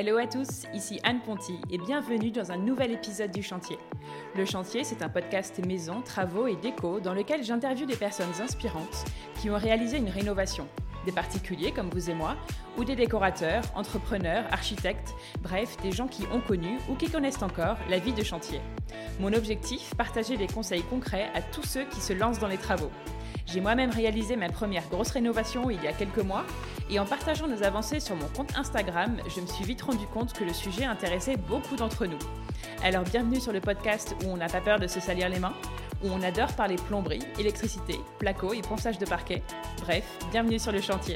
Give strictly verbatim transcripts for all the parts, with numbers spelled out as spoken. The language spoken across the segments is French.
Hello à tous, ici Anne Ponty et bienvenue dans un nouvel épisode du Chantier. Le Chantier, c'est un podcast maison, travaux et déco dans lequel j'interviewe des personnes inspirantes qui ont réalisé une rénovation. Des particuliers comme vous et moi, ou des décorateurs, entrepreneurs, architectes, bref, des gens qui ont connu ou qui connaissent encore la vie de chantier. Mon objectif, partager des conseils concrets à tous ceux qui se lancent dans les travaux. J'ai moi-même réalisé ma première grosse rénovation il y a quelques mois et en partageant nos avancées sur mon compte Instagram, je me suis vite rendu compte que le sujet intéressait beaucoup d'entre nous. Alors bienvenue sur le podcast où on n'a pas peur de se salir les mains, où on adore parler plomberie, électricité, placo et ponçage de parquet. Bref, bienvenue sur le chantier.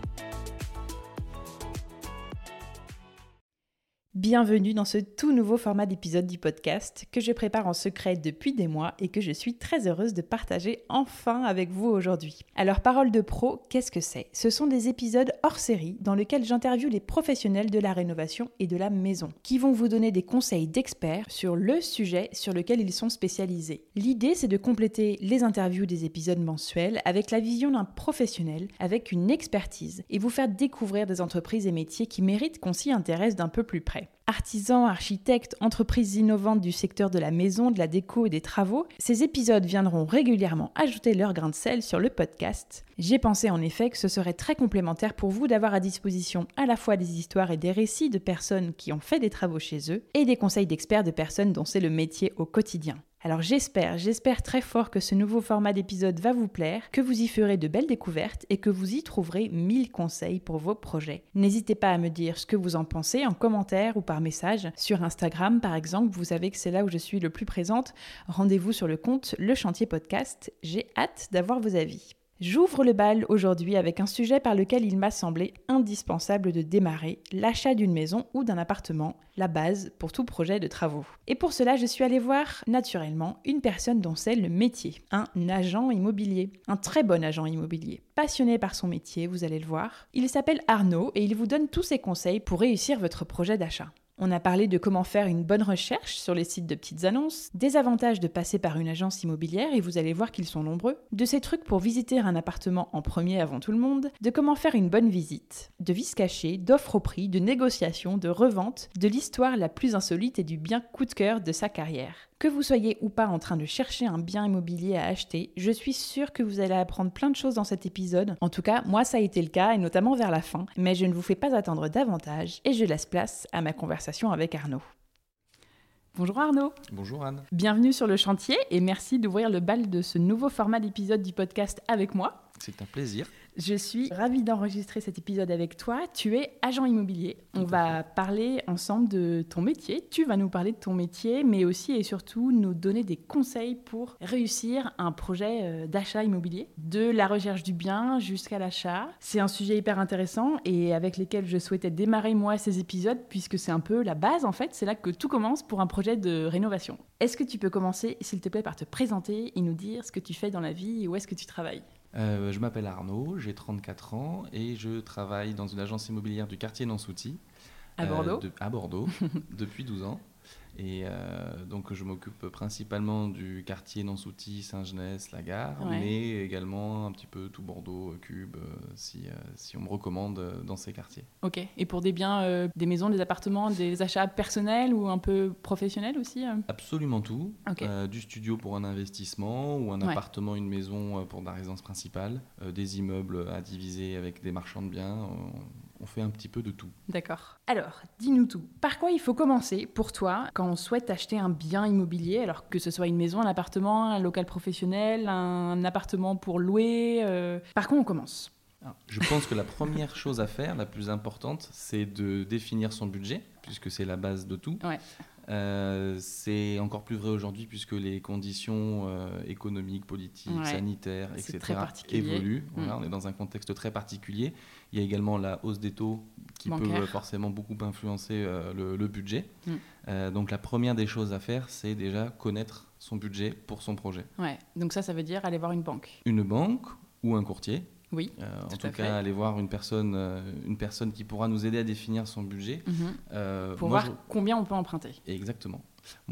Bienvenue dans ce tout nouveau format d'épisode du podcast que je prépare en secret depuis des mois et que je suis très heureuse de partager enfin avec vous aujourd'hui. Alors, Parole de Pro, qu'est-ce que c'est ? Ce sont des épisodes hors série dans lesquels j'interviewe les professionnels de la rénovation et de la maison qui vont vous donner des conseils d'experts sur le sujet sur lequel ils sont spécialisés. L'idée, c'est de compléter les interviews des épisodes mensuels avec la vision d'un professionnel, avec une expertise et vous faire découvrir des entreprises et métiers qui méritent qu'on s'y intéresse d'un peu plus près. Artisans, architectes, entreprises innovantes du secteur de la maison, de la déco et des travaux, ces épisodes viendront régulièrement ajouter leur grain de sel sur le podcast. J'ai pensé en effet que ce serait très complémentaire pour vous d'avoir à disposition à la fois des histoires et des récits de personnes qui ont fait des travaux chez eux et des conseils d'experts de personnes dont c'est le métier au quotidien. Alors j'espère, j'espère très fort que ce nouveau format d'épisode va vous plaire, que vous y ferez de belles découvertes et que vous y trouverez mille conseils pour vos projets. N'hésitez pas à me dire ce que vous en pensez en commentaire ou par message. Sur Instagram par exemple, vous savez que c'est là où je suis le plus présente. Rendez-vous sur le compte Le Chantier Podcast. J'ai hâte d'avoir vos avis. J'ouvre le bal aujourd'hui avec un sujet par lequel il m'a semblé indispensable de démarrer, l'achat d'une maison ou d'un appartement, la base pour tout projet de travaux. Et pour cela, je suis allée voir, naturellement, une personne dont c'est le métier, un agent immobilier, un très bon agent immobilier, passionné par son métier, vous allez le voir. Il s'appelle Arnaud et il vous donne tous ses conseils pour réussir votre projet d'achat. On a parlé de comment faire une bonne recherche sur les sites de petites annonces, des avantages de passer par une agence immobilière, et vous allez voir qu'ils sont nombreux, de ces trucs pour visiter un appartement en premier avant tout le monde, de comment faire une bonne visite, de vices cachés, d'offres au prix, de négociations, de reventes, de l'histoire la plus insolite et du bien coup de cœur de sa carrière. Que vous soyez ou pas en train de chercher un bien immobilier à acheter, je suis sûre que vous allez apprendre plein de choses dans cet épisode. En tout cas, moi ça a été le cas, et notamment vers la fin, mais je ne vous fais pas attendre davantage et je laisse place à ma conversation avec Arnaud. Bonjour Arnaud. Bonjour Anne. Bienvenue sur le chantier et merci d'ouvrir le bal de ce nouveau format d'épisode du podcast avec moi. C'est un plaisir. Je suis ravie d'enregistrer cet épisode avec toi. Tu es agent immobilier. On va parler ensemble de ton métier. Tu vas nous parler de ton métier, mais aussi et surtout nous donner des conseils pour réussir un projet d'achat immobilier. De la recherche du bien jusqu'à l'achat. C'est un sujet hyper intéressant et avec lequel je souhaitais démarrer moi ces épisodes puisque c'est un peu la base en fait. C'est là que tout commence pour un projet de rénovation. Est-ce que tu peux commencer, s'il te plaît, par te présenter et nous dire ce que tu fais dans la vie et où est-ce que tu travailles ? Euh, je m'appelle Arnaud, j'ai trente-quatre ans et je travaille dans une agence immobilière du quartier Nansouty. À Bordeaux euh, de, À Bordeaux, depuis douze ans. Et euh, donc je m'occupe principalement du quartier Nansouty, Saint-Genès, la gare, ouais. Mais également un petit peu tout Bordeaux, Cube, euh, si, euh, si on me recommande euh, dans ces quartiers. Ok, et pour des biens, euh, des maisons, des appartements, des achats personnels ou un peu professionnels aussi euh... Absolument tout, okay. euh, du studio pour un investissement ou un ouais. appartement, une maison pour la résidence principale, euh, des immeubles à diviser avec des marchands de biens. Euh, On fait un petit peu de tout. D'accord. Alors, dis-nous tout. Par quoi il faut commencer pour toi quand on souhaite acheter un bien immobilier, alors que ce soit une maison, un appartement, un local professionnel, un appartement pour louer euh... Par quoi on commence ? Alors, je pense que la première chose à faire, la plus importante, c'est de définir son budget, puisque c'est la base de tout. Ouais. Euh, c'est encore plus vrai aujourd'hui puisque les conditions euh, économiques, politiques, ouais. sanitaires, c'est et cetera évoluent. Mmh. Voilà, on est dans un contexte très particulier. Il y a également la hausse des taux qui bancaire. peut forcément beaucoup influencer euh, le, le budget. Mmh. Euh, donc la première des choses à faire, c'est déjà connaître son budget pour son projet. Ouais. Donc ça, ça veut dire aller voir une banque. Une banque ou un courtier. Oui, euh, en tout, tout cas, fait. aller voir une personne, euh, une personne qui pourra nous aider à définir son budget. Mmh. Euh, pour moi, voir je... combien on peut emprunter. Exactement. Moi, je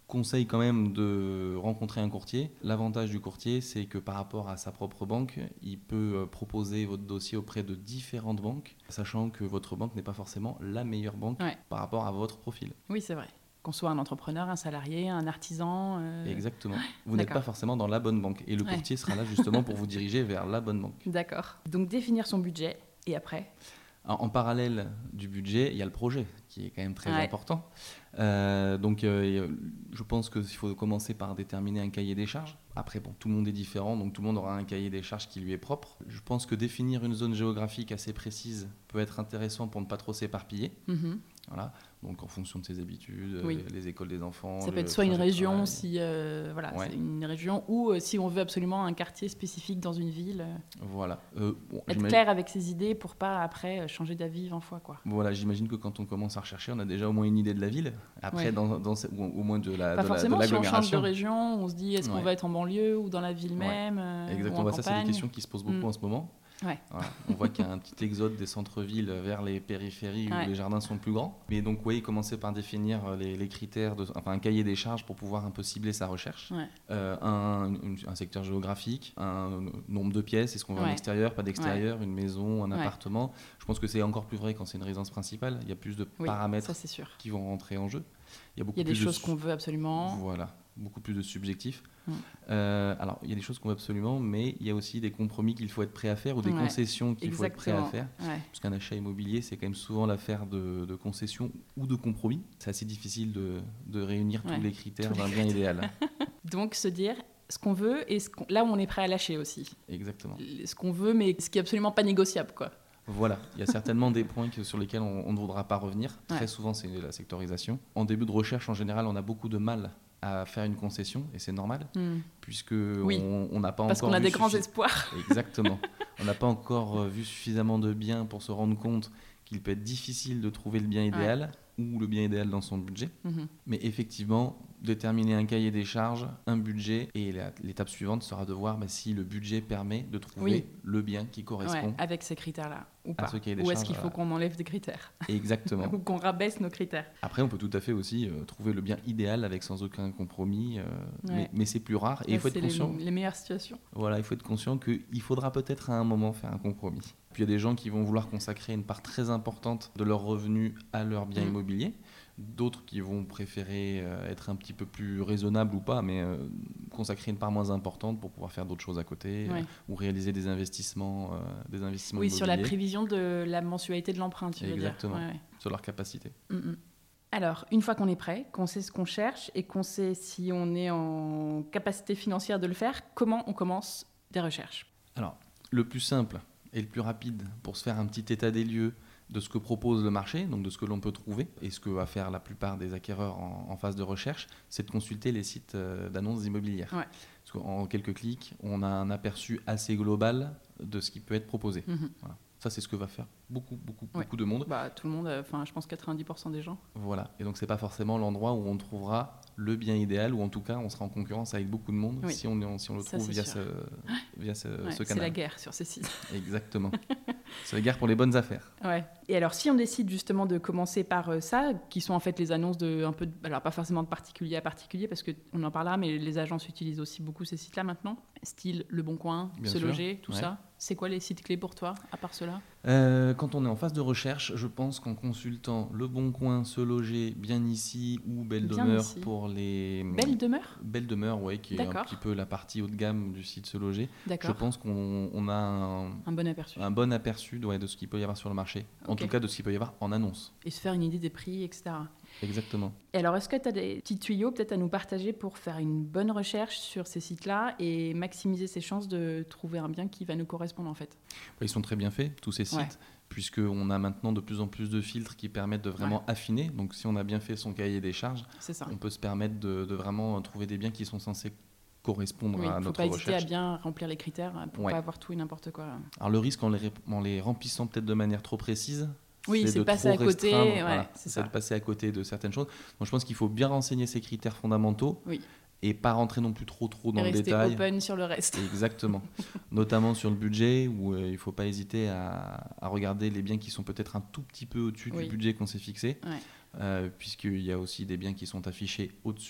conseille quand même de rencontrer un courtier. L'avantage du courtier, c'est que par rapport à sa propre banque, il peut proposer votre dossier auprès de différentes banques, sachant que votre banque n'est pas forcément la meilleure banque ouais. par rapport à votre profil. Oui, c'est vrai. Qu'on soit un entrepreneur, un salarié, un artisan. Euh... Exactement. Vous n'êtes pas forcément dans la bonne banque. Et le ouais. courtier sera là justement pour vous diriger vers la bonne banque. D'accord. Donc définir son budget et après ? En, en parallèle du budget, il y a le projet qui est quand même très ouais. important. Euh, donc euh, je pense qu'il faut commencer par déterminer un cahier des charges. Après, bon, tout le monde est différent, donc tout le monde aura un cahier des charges qui lui est propre. Je pense que définir une zone géographique assez précise peut être intéressant pour ne pas trop s'éparpiller. Mm-hmm. Voilà. Donc en fonction de ses habitudes, oui. euh, les écoles des enfants. Ça peut être soit une région, si, euh, voilà, ouais. c'est une région, ou euh, si on veut absolument un quartier spécifique dans une ville. Euh, voilà. Euh, bon, être clair avec ses idées pour pas après changer d'avis vingt fois, quoi. Voilà, j'imagine que quand on commence à rechercher, on a déjà au moins une idée de la ville. Après, ouais. dans, dans, ou au moins de la Pas de forcément, la, de si on change de région, on se dit est-ce ouais. qu'on va être en banlieue ou dans la ville même. Ouais. Euh, Exactement, ou en bah, ça campagne. c'est des questions qui se posent beaucoup mmh. en ce moment. Ouais. Voilà. On voit qu'il y a un petit exode des centres-villes vers les périphéries ouais. où les jardins sont plus grands. Mais donc, oui, commencer par définir les, les critères, de, enfin un cahier des charges pour pouvoir un peu cibler sa recherche. Ouais. Euh, un, une, un secteur géographique, un nombre de pièces, est-ce qu'on veut ouais. un extérieur, pas d'extérieur, ouais. une maison, un ouais. appartement. Je pense que c'est encore plus vrai quand c'est une résidence principale. Il y a plus de oui, paramètres ça, c'est sûr. qui vont rentrer en jeu. Il y a, beaucoup il y a des plus choses de... qu'on veut absolument. Voilà. Beaucoup plus de subjectif. Mmh. Euh, alors, il y a des choses qu'on veut absolument, mais il y a aussi des compromis qu'il faut être prêt à faire ou des ouais. concessions qu'il Exactement. faut être prêt à faire. Ouais. Parce qu'un achat immobilier, c'est quand même souvent l'affaire de, de concessions ou de compromis. C'est assez difficile de, de réunir ouais. tous les critères tous d'un les bien critères. idéal. Donc, se dire ce qu'on veut et ce qu'on... là où on est prêt à lâcher aussi. Exactement. Ce qu'on veut, mais ce qui n'est absolument pas négociable, quoi. Voilà, il y a certainement des points que, sur lesquels on, on ne voudra pas revenir. Ouais. Très souvent, c'est la sectorisation. En début de recherche, en général, on a beaucoup de mal à faire une concession, et c'est normal, mmh. puisque oui. on n'a pas Parce encore qu'on a vu des grands suffi... espoirs. Exactement. On n'a pas encore vu suffisamment de biens pour se rendre compte qu'il peut être difficile de trouver le bien idéal ouais. ou le bien idéal dans son budget. Mmh. Mais effectivement, déterminer un cahier des charges, un budget, et la, l'étape suivante sera de voir bah, si le budget permet de trouver oui. le bien qui correspond. Ouais, avec ces critères-là, ou pas. Ce cahier des ou charges, est-ce qu'il faut qu'on enlève des critères ? Exactement. Ou qu'on rabaisse nos critères. Après, on peut tout à fait aussi euh, trouver le bien idéal avec sans aucun compromis, euh, ouais. mais, mais c'est plus rare. Et là, il faut être conscient. Les, les meilleures situations. Voilà, il faut être conscient qu'il faudra peut-être à un moment faire un compromis. Puis il y a des gens qui vont vouloir consacrer une part très importante de leurs revenus à leur bien mmh. immobilier. D'autres qui vont préférer euh, être un petit peu plus raisonnables ou pas, mais euh, consacrer une part moins importante pour pouvoir faire d'autres choses à côté ouais. euh, ou réaliser des investissements, euh, des investissements oui, immobiliers. Sur la prévision de la mensualité de l'emprunt, tu veux Exactement, dire. Ouais, ouais. Sur leur capacité. Mm-mm. Alors, une fois qu'on est prêt, qu'on sait ce qu'on cherche et qu'on sait si on est en capacité financière de le faire, comment on commence des recherches ? Alors, le plus simple et le plus rapide pour se faire un petit état des lieux de ce que propose le marché, donc de ce que l'on peut trouver, et ce que va faire la plupart des acquéreurs en, en phase de recherche, c'est de consulter les sites euh, d'annonces immobilières. Ouais. Parce qu'en quelques clics, on a un aperçu assez global de ce qui peut être proposé. Mmh. Voilà. Ça, c'est ce que va faire beaucoup, beaucoup, ouais. beaucoup de monde. Bah, tout le monde, enfin, je pense quatre-vingt-dix pour cent des gens. Voilà, et donc c'est pas forcément l'endroit où on trouvera le bien idéal, ou en tout cas, on sera en concurrence avec beaucoup de monde oui. si, on, si on le ça, trouve via ce, via ce, ouais, ce canal. C'est la guerre sur ces sites. Exactement. C'est la guerre pour les bonnes affaires. Ouais. Et alors, si on décide justement de commencer par euh, ça, qui sont en fait les annonces de un peu, de, alors pas forcément de particulier à particulier, parce qu'on en parlera, mais les agences utilisent aussi beaucoup ces sites-là maintenant, style Le Bon Coin, Bien Se sûr. Loger, tout ouais. ça. C'est quoi les sites clés pour toi, à part cela ? euh, Quand on est en phase de recherche, je pense qu'en consultant Le Bon Coin, Se Loger, Bien Ici ou Belle Bien Demeure ici. Pour les... Belle Demeure ? Belle Demeure, oui, qui D'accord. est un petit peu la partie haut de gamme du site Se Loger. D'accord. Je pense qu'on on a un, un bon aperçu, un bon aperçu ouais, de ce qu'il peut y avoir sur le marché. Okay. En tout cas, de ce qu'il peut y avoir en annonce. Et se faire une idée des prix, et cetera. Exactement. Et alors, est-ce que tu as des petits tuyaux peut-être à nous partager pour faire une bonne recherche sur ces sites-là et maximiser ses chances de trouver un bien qui va nous correspondre en fait ? Ils sont très bien faits, tous ces sites, ouais. puisqu'on a maintenant de plus en plus de filtres qui permettent de vraiment ouais. affiner. Donc, si on a bien fait son cahier des charges, on peut se permettre de, de vraiment trouver des biens qui sont censés correspondre oui, à notre recherche. Il ne faut pas hésiter à bien remplir les critères pour ne ouais. pas avoir tout et n'importe quoi. Alors, le risque en les, en les remplissant peut-être de manière trop précise, oui, c'est, c'est de passer à côté, ouais, voilà, c'est, c'est ça. de passer à côté de certaines choses. Donc, je pense qu'il faut bien renseigner ces critères fondamentaux oui. et pas rentrer non plus trop trop dans et le détail. Rester open sur le reste. Exactement. Notamment sur le budget, où euh, il ne faut pas hésiter à, à regarder les biens qui sont peut-être un tout petit peu au-dessus oui. du budget qu'on s'est fixé, ouais. euh, puisqu'il y a aussi des biens qui sont affichés au-dessus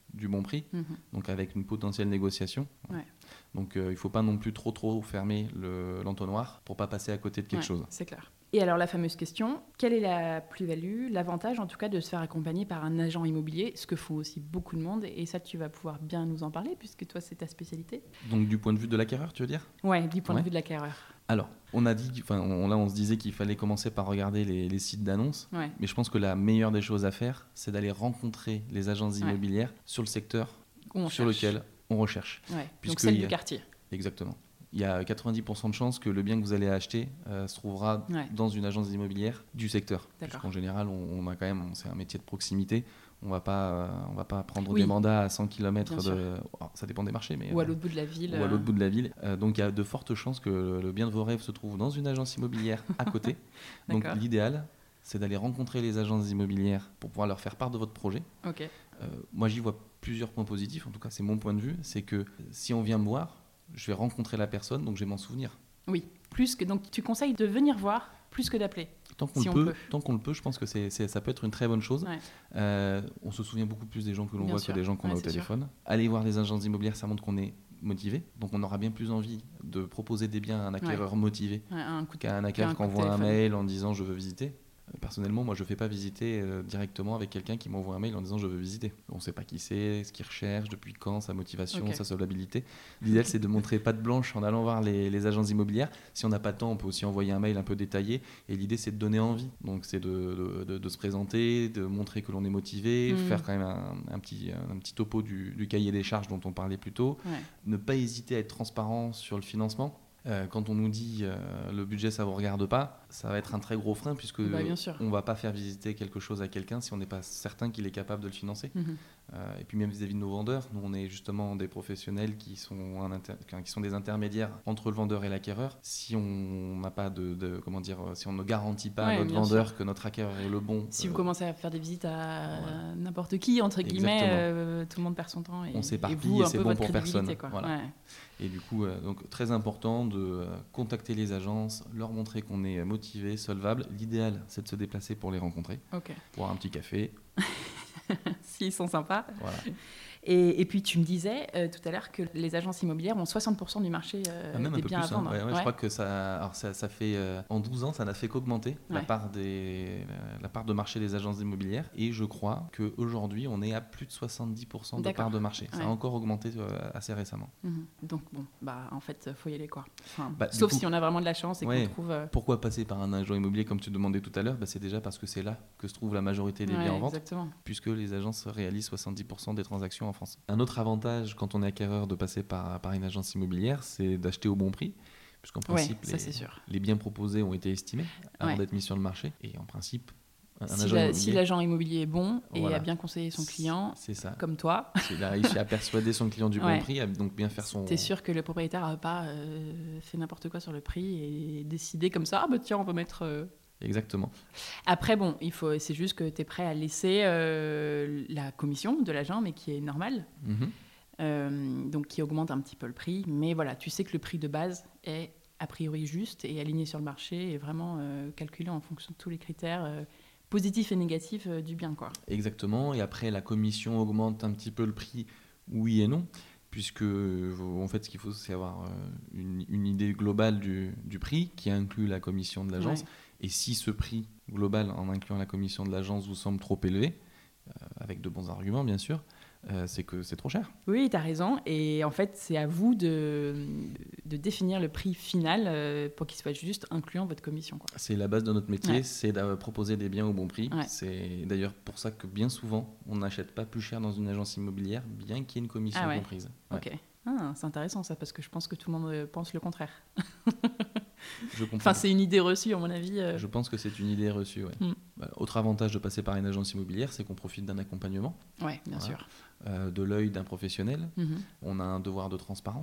du bon prix, mmh. donc avec une potentielle négociation. Ouais. Donc euh, il ne faut pas non plus trop trop fermer le, l'entonnoir pour ne pas passer à côté de quelque ouais, chose. C'est clair. Et alors la fameuse question, quelle est la plus-value, l'avantage en tout cas de se faire accompagner par un agent immobilier, ce que font aussi beaucoup de monde, et ça tu vas pouvoir bien nous en parler puisque toi c'est ta spécialité. Donc du point de vue de l'acquéreur, tu veux dire ? Ouais, du point ouais. de vue de l'acquéreur. Alors, on a dit, enfin, on, là, on se disait qu'il fallait commencer par regarder les, les sites d'annonces, ouais. mais je pense que la meilleure des choses à faire, c'est d'aller rencontrer les agences immobilières ouais. sur le secteur on sur cherche. lequel on recherche. Ouais. Donc celle a... du quartier. Exactement. Il y a quatre-vingt-dix pour cent de chances que le bien que vous allez acheter euh, se trouvera ouais. dans une agence immobilière du secteur. D'accord. Puisqu'en général, on, on a quand même, c'est un métier de proximité. On va pas, euh, on va pas prendre oui. des mandats à cent kilomètres de. Alors, ça dépend des marchés, mais. Ou à l'autre bout de la ville. Ou à l'autre bout de la ville. Euh, donc il y a de fortes chances que le bien de vos rêves se trouve dans une agence immobilière à côté. Donc l'idéal, c'est d'aller rencontrer les agences immobilières pour pouvoir leur faire part de votre projet. Okay. Euh, moi, j'y vois plusieurs points positifs. En tout cas, c'est mon point de vue. C'est que si on vient me voir, je vais rencontrer la personne, donc je vais m'en souvenir. Oui, plus que donc tu conseilles de venir voir plus que d'appeler. Tant qu'on, si le on peut, peut. tant qu'on le peut, je pense que c'est, c'est, ça peut être une très bonne chose. Ouais. Euh, on se souvient beaucoup plus des gens que l'on bien voit sûr. que des gens qu'on ouais, a au téléphone. Sûr. Aller voir des agences immobilières, ça montre qu'on est motivé. Donc on aura bien plus envie de proposer des biens à un acquéreur ouais. motivé ouais, un coup de, qu'à un acquéreur qui envoie un téléphone. mail en disant je veux visiter. Personnellement, moi, je ne fais pas visiter euh, directement avec quelqu'un qui m'envoie un mail en disant je veux visiter. On ne sait pas qui c'est, ce qu'il recherche, depuis quand, sa motivation, okay. sa solvabilité. L'idéal, c'est de montrer patte blanche en allant voir les, les agences immobilières. Si on n'a pas de temps, on peut aussi envoyer un mail un peu détaillé. Et l'idée, c'est de donner envie. Donc, c'est de, de, de, de se présenter, de montrer que l'on est motivé, mmh. faire quand même un, un, petit, un petit topo du, du cahier des charges dont on parlait plus tôt. Ouais. Ne pas hésiter à être transparent sur le financement. Euh, quand on nous dit euh, le budget ça vous regarde pas, ça va être un très gros frein puisque bah, on va pas faire visiter quelque chose à quelqu'un si on n'est pas certain qu'il est capable de le financer. Mmh. Euh, et puis même vis-à-vis de nos vendeurs, nous on est justement des professionnels qui sont, un inter... qui sont des intermédiaires entre le vendeur et l'acquéreur. Si on n'a pas de, de comment dire, si on ne garantit pas ouais, à notre vendeur sûr. que notre acquéreur est le bon. Si euh... vous commencez à faire des visites à voilà. n'importe qui entre guillemets, euh, tout le monde perd son temps. Et, on s'éparpille et, vous, et c'est bon pour personne. Quoi. Voilà. Ouais. Et du coup, euh, donc, très important de euh, contacter les agences, leur montrer qu'on est motivé, solvable. L'idéal, c'est de se déplacer pour les rencontrer, okay. boire un petit café. S'ils sont sympas. Voilà. Et, et puis tu me disais euh, tout à l'heure que les agences immobilières ont soixante pour cent du marché euh, ah, même des un peu biens plus, à vendre. Hein. Ouais, ouais, ouais. Je crois que ça, alors ça, ça fait euh, en douze ans, ça n'a fait qu'augmenter ouais. la part des, la, la part de marché des agences immobilières. Et je crois qu'aujourd'hui, on est à plus de soixante-dix pour cent de D'accord. part de marché. Ça ouais. a encore augmenté euh, assez récemment. Mmh. Donc bon, bah en fait, faut y aller quoi. Enfin, bah, sauf coup, si on a vraiment de la chance et ouais. qu'on trouve. Euh... Pourquoi passer par un agent immobilier comme tu demandais tout à l'heure bah, c'est déjà parce que c'est là que se trouve la majorité des ouais, biens en vente, exactement. puisque les agences réalisent soixante-dix pour cent des transactions en France. Un autre avantage quand on est acquéreur de passer par, par une agence immobilière, c'est d'acheter au bon prix, puisqu'en principe, ouais, ça, les, sûr. les biens proposés ont été estimés avant ouais. d'être mis sur le marché. Et en principe, un, si, un la, agent immobilier, si l'agent immobilier est bon et voilà. a bien conseillé son client, c'est ça. comme toi, il a réussi à persuader son client du ouais. bon prix, à donc bien faire son... T'es sûr que le propriétaire n'a pas euh, fait n'importe quoi sur le prix et décidé comme ça, ah bah tiens, on va mettre... Euh... Exactement. Après, bon, il faut, c'est juste que tu es prêt à laisser euh, la commission de l'agent, mais qui est normale. Mm-hmm. Euh, donc qui augmente un petit peu le prix, mais voilà, tu sais que le prix de base est a priori juste et aligné sur le marché et vraiment euh, calculé en fonction de tous les critères euh, positifs et négatifs euh, du bien, quoi. Exactement, et après la commission augmente un petit peu le prix, oui et non, puisque en fait ce qu'il faut c'est avoir une, une idée globale du, du prix qui inclut la commission de l'agence, ouais. Et si ce prix global en incluant la commission de l'agence vous semble trop élevé, euh, avec de bons arguments bien sûr, Euh, c'est que c'est trop cher. Oui, tu as raison. Et en fait, c'est à vous de, de définir le prix final euh, pour qu'il soit juste incluant votre commission, quoi. C'est la base de notre métier, ouais. C'est de proposer des biens au bon prix. Ouais. C'est d'ailleurs pour ça que bien souvent, on n'achète pas plus cher dans une agence immobilière, bien qu'il y ait une commission ah ouais. comprise. Ouais. Ok. Ah, c'est intéressant ça, parce que je pense que tout le monde pense le contraire. Je comprends. Enfin, c'est une idée reçue, à mon avis. Euh... Je pense que c'est une idée reçue, ouais. Mm. Bah, autre avantage de passer par une agence immobilière, c'est qu'on profite d'un accompagnement. Oui, bien voilà. sûr. Euh, de l'œil d'un professionnel. Mm-hmm. On a un devoir de transparence.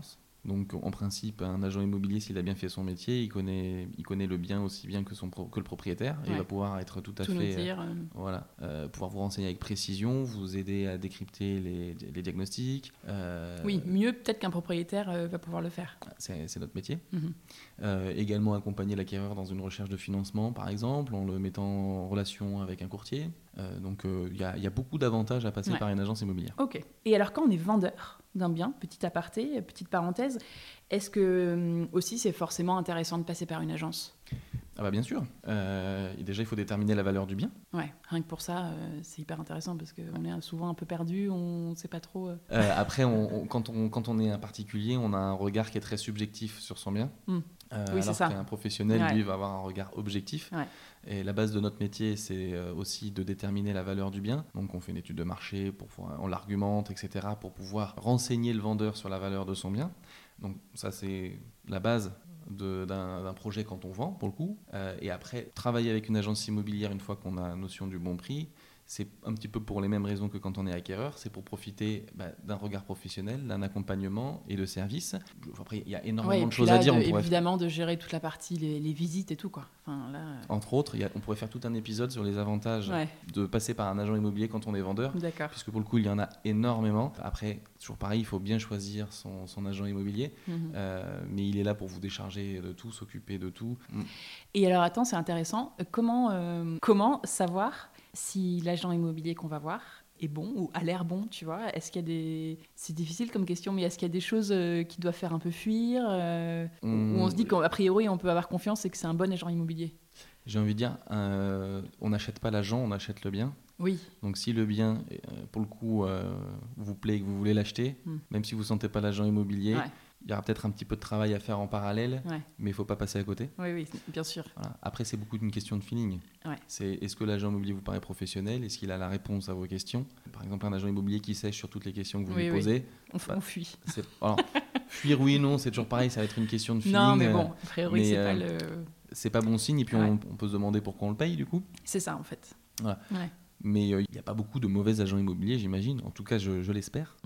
Donc en principe, un agent immobilier, s'il a bien fait son métier, il connaît, il connaît le bien aussi bien que, son pro, que le propriétaire. Ouais. Et il va pouvoir être tout à tout fait... dire, euh, euh... Voilà, euh, pouvoir vous renseigner avec précision, vous aider à décrypter les, les diagnostics. Euh... Oui, mieux peut-être qu'un propriétaire euh, va pouvoir le faire. C'est, c'est notre métier. Mm-hmm. Euh, également accompagner l'acquéreur dans une recherche de financement, par exemple, en le mettant en relation avec un courtier. Euh, donc il euh, y, y a beaucoup d'avantages à passer ouais. par une agence immobilière. Ok. Et alors quand on est vendeur d'un bien, petit aparté, petite parenthèse, est-ce que aussi c'est forcément intéressant de passer par une agence ? Ah bah bien sûr. Euh, et déjà, il faut déterminer la valeur du bien. Ouais, rien que pour ça, euh, c'est hyper intéressant parce qu'on est souvent un peu perdu, on ne sait pas trop... Euh... Euh, après, on, on, quand, on, quand on est un particulier, on a un regard qui est très subjectif sur son bien. Mmh. Euh, oui, alors c'est ça. qu'un professionnel, ouais. lui, va avoir un regard objectif. Ouais. Et la base de notre métier, c'est aussi de déterminer la valeur du bien. Donc, on fait une étude de marché, pour, on l'argumente, et cetera, pour pouvoir renseigner le vendeur sur la valeur de son bien. Donc, ça, c'est la base de, d'un, d'un projet quand on vend, pour le coup. Euh, et après, travailler avec une agence immobilière une fois qu'on a la notion du bon prix, c'est un petit peu pour les mêmes raisons que quand on est acquéreur, c'est pour profiter bah, d'un regard professionnel, d'un accompagnement et de services. Après, il y a énormément ouais, de choses là, à dire. De, on pourrait évidemment, faire... de gérer toute la partie, les, les visites et tout, quoi. Enfin, là, euh... Entre autres, y a, on pourrait faire tout un épisode sur les avantages ouais. de passer par un agent immobilier quand on est vendeur. D'accord. Puisque pour le coup, il y en a énormément. Après, toujours pareil, il faut bien choisir son, son agent immobilier. Mm-hmm. Euh, mais il est là pour vous décharger de tout, s'occuper de tout. Mm. Et alors, attends, c'est intéressant. Comment, euh, comment savoir si l'agent immobilier qu'on va voir est bon ou a l'air bon, tu vois ? Est-ce qu'il y a des... C'est difficile comme question, mais est-ce qu'il y a des choses euh, qui doivent faire un peu fuir euh, mmh. Où on se dit qu'a priori, on peut avoir confiance et que c'est un bon agent immobilier ? J'ai envie de dire, euh, on n'achète pas l'agent, on achète le bien. Oui. Donc si le bien, euh, pour le coup, euh, vous plaît et que vous voulez l'acheter, mmh. même si vous ne sentez pas l'agent immobilier, ouais. il y aura peut-être un petit peu de travail à faire en parallèle, ouais. mais il ne faut pas passer à côté. Oui, oui, bien sûr. Voilà. Après, c'est beaucoup une question de feeling. Ouais. C'est, est-ce que l'agent immobilier vous paraît professionnel ? Est-ce qu'il a la réponse à vos questions ? Par exemple, un agent immobilier qui sèche sur toutes les questions que vous oui, lui oui. posez. On, bah, on fuit. C'est, alors, fuir, oui, non, c'est toujours pareil, ça va être une question de feeling. Non, mais bon, a priori, mais, c'est euh, pas le... C'est pas bon signe, et puis ouais. on, on peut se demander pourquoi on le paye, du coup. C'est ça, en fait. Voilà. Ouais. Mais il euh, n'y a pas beaucoup de mauvais agents immobiliers, j'imagine. En tout cas, je, je l'espère.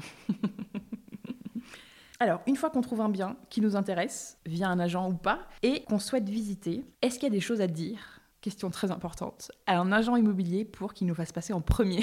Alors, une fois qu'on trouve un bien qui nous intéresse, via un agent ou pas, et qu'on souhaite visiter, est-ce qu'il y a des choses à dire ? Question très importante, à un agent immobilier pour qu'il nous fasse passer en premier.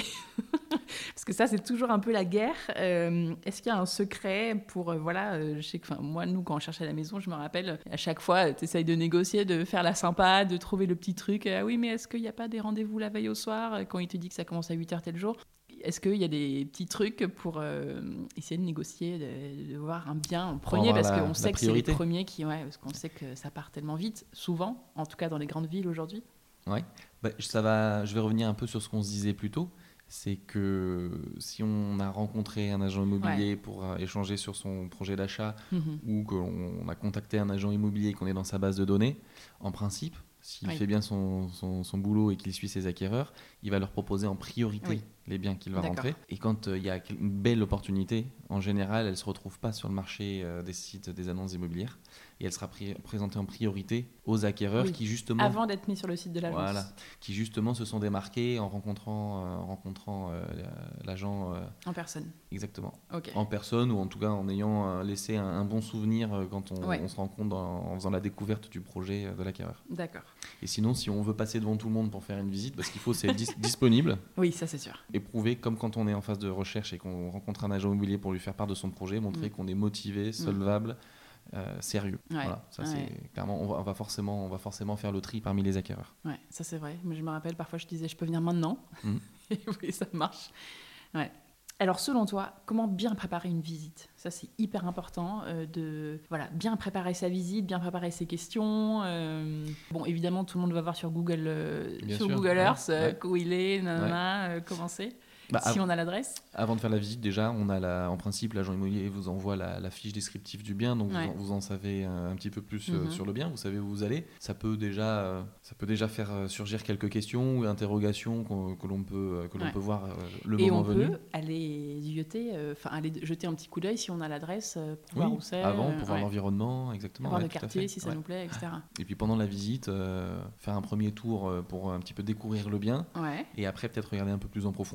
Parce que ça, c'est toujours un peu la guerre. Euh, est-ce qu'il y a un secret pour... Euh, voilà, euh, je sais que moi, nous, quand on cherchait la maison, je me rappelle, à chaque fois, tu essayes de négocier, de faire la sympa, de trouver le petit truc. Ah oui, mais est-ce qu'il n'y a pas des rendez-vous la veille au soir, quand il te dit que ça commence à huit heures tel jour ? Est-ce qu'il y a des petits trucs pour euh, essayer de négocier, de, de voir un bien en premier ? Parce qu'on sait que c'est les premiers qui... Ouais, parce qu'on sait que ça part tellement vite, souvent, en tout cas dans les grandes villes aujourd'hui. Ouais, bah, ça va, je vais revenir un peu sur ce qu'on se disait plus tôt. C'est que si on a rencontré un agent immobilier ouais. pour euh, échanger sur son projet d'achat mmh. ou qu'on a contacté un agent immobilier et qu'on est dans sa base de données, en principe, s'il oui. fait bien son, son, son boulot et qu'il suit ses acquéreurs, il va leur proposer en priorité oui. les biens qu'il va D'accord. rentrer. Et quand il euh, y a une belle opportunité, en général, elle ne se retrouve pas sur le marché euh, des sites, des annonces immobilières. Et elle sera pri- présentée en priorité aux acquéreurs oui. qui justement... Avant d'être mis sur le site de l'agence. Voilà, qui justement se sont démarqués en rencontrant, euh, en rencontrant euh, l'agent... Euh, en personne. Exactement. Okay. En personne ou en tout cas en ayant euh, laissé un, un bon souvenir euh, quand on, ouais. on se rencontre dans, en faisant la découverte du projet euh, de l'acquéreur. D'accord. Et sinon, si on veut passer devant tout le monde pour faire une visite, parce qu'il faut, c'est dis- disponible. Oui, ça c'est sûr. Et prouver, comme quand on est en phase de recherche et qu'on rencontre un agent immobilier pour lui faire part de son projet, montrer mmh. qu'on est motivé, solvable, mmh. euh, sérieux. Ouais. Voilà, ça ouais. c'est clairement, on va, on va forcément, on va forcément faire le tri parmi les acquéreurs. Ouais, ça c'est vrai. Mais je me rappelle, parfois je disais, je peux venir maintenant. Mmh. Et oui, ça marche. Ouais. Alors, selon toi, comment bien préparer une visite ? Ça, c'est hyper important euh, de voilà, bien préparer sa visite, bien préparer ses questions. Euh, bon, évidemment, tout le monde va voir sur Google, euh, sur sûr. Google Earth ouais. euh, où il est, nanana, ouais. euh, comment c'est. Bah, si av- on a l'adresse. Avant de faire la visite, déjà, on a la, en principe, l'agent immobilier vous envoie la, la fiche descriptive du bien, donc ouais. vous, en, vous en savez un, un petit peu plus euh, mm-hmm. sur le bien, vous savez où vous allez. Ça peut déjà, euh, ça peut déjà faire surgir quelques questions ou interrogations qu'on, que l'on peut, que l'on ouais. peut voir euh, le Et moment venu. Et on peut aller zioter, enfin euh, aller jeter un petit coup d'œil si on a l'adresse euh, pour oui, voir où c'est. Avant, pour euh, voir ouais. l'environnement, exactement. Voir ouais, le quartier si ça ouais. nous plaît, et cetera. Et puis pendant la visite, euh, faire un premier tour pour un petit peu découvrir le bien. Ouais. Et après, peut-être regarder un peu plus en profondeur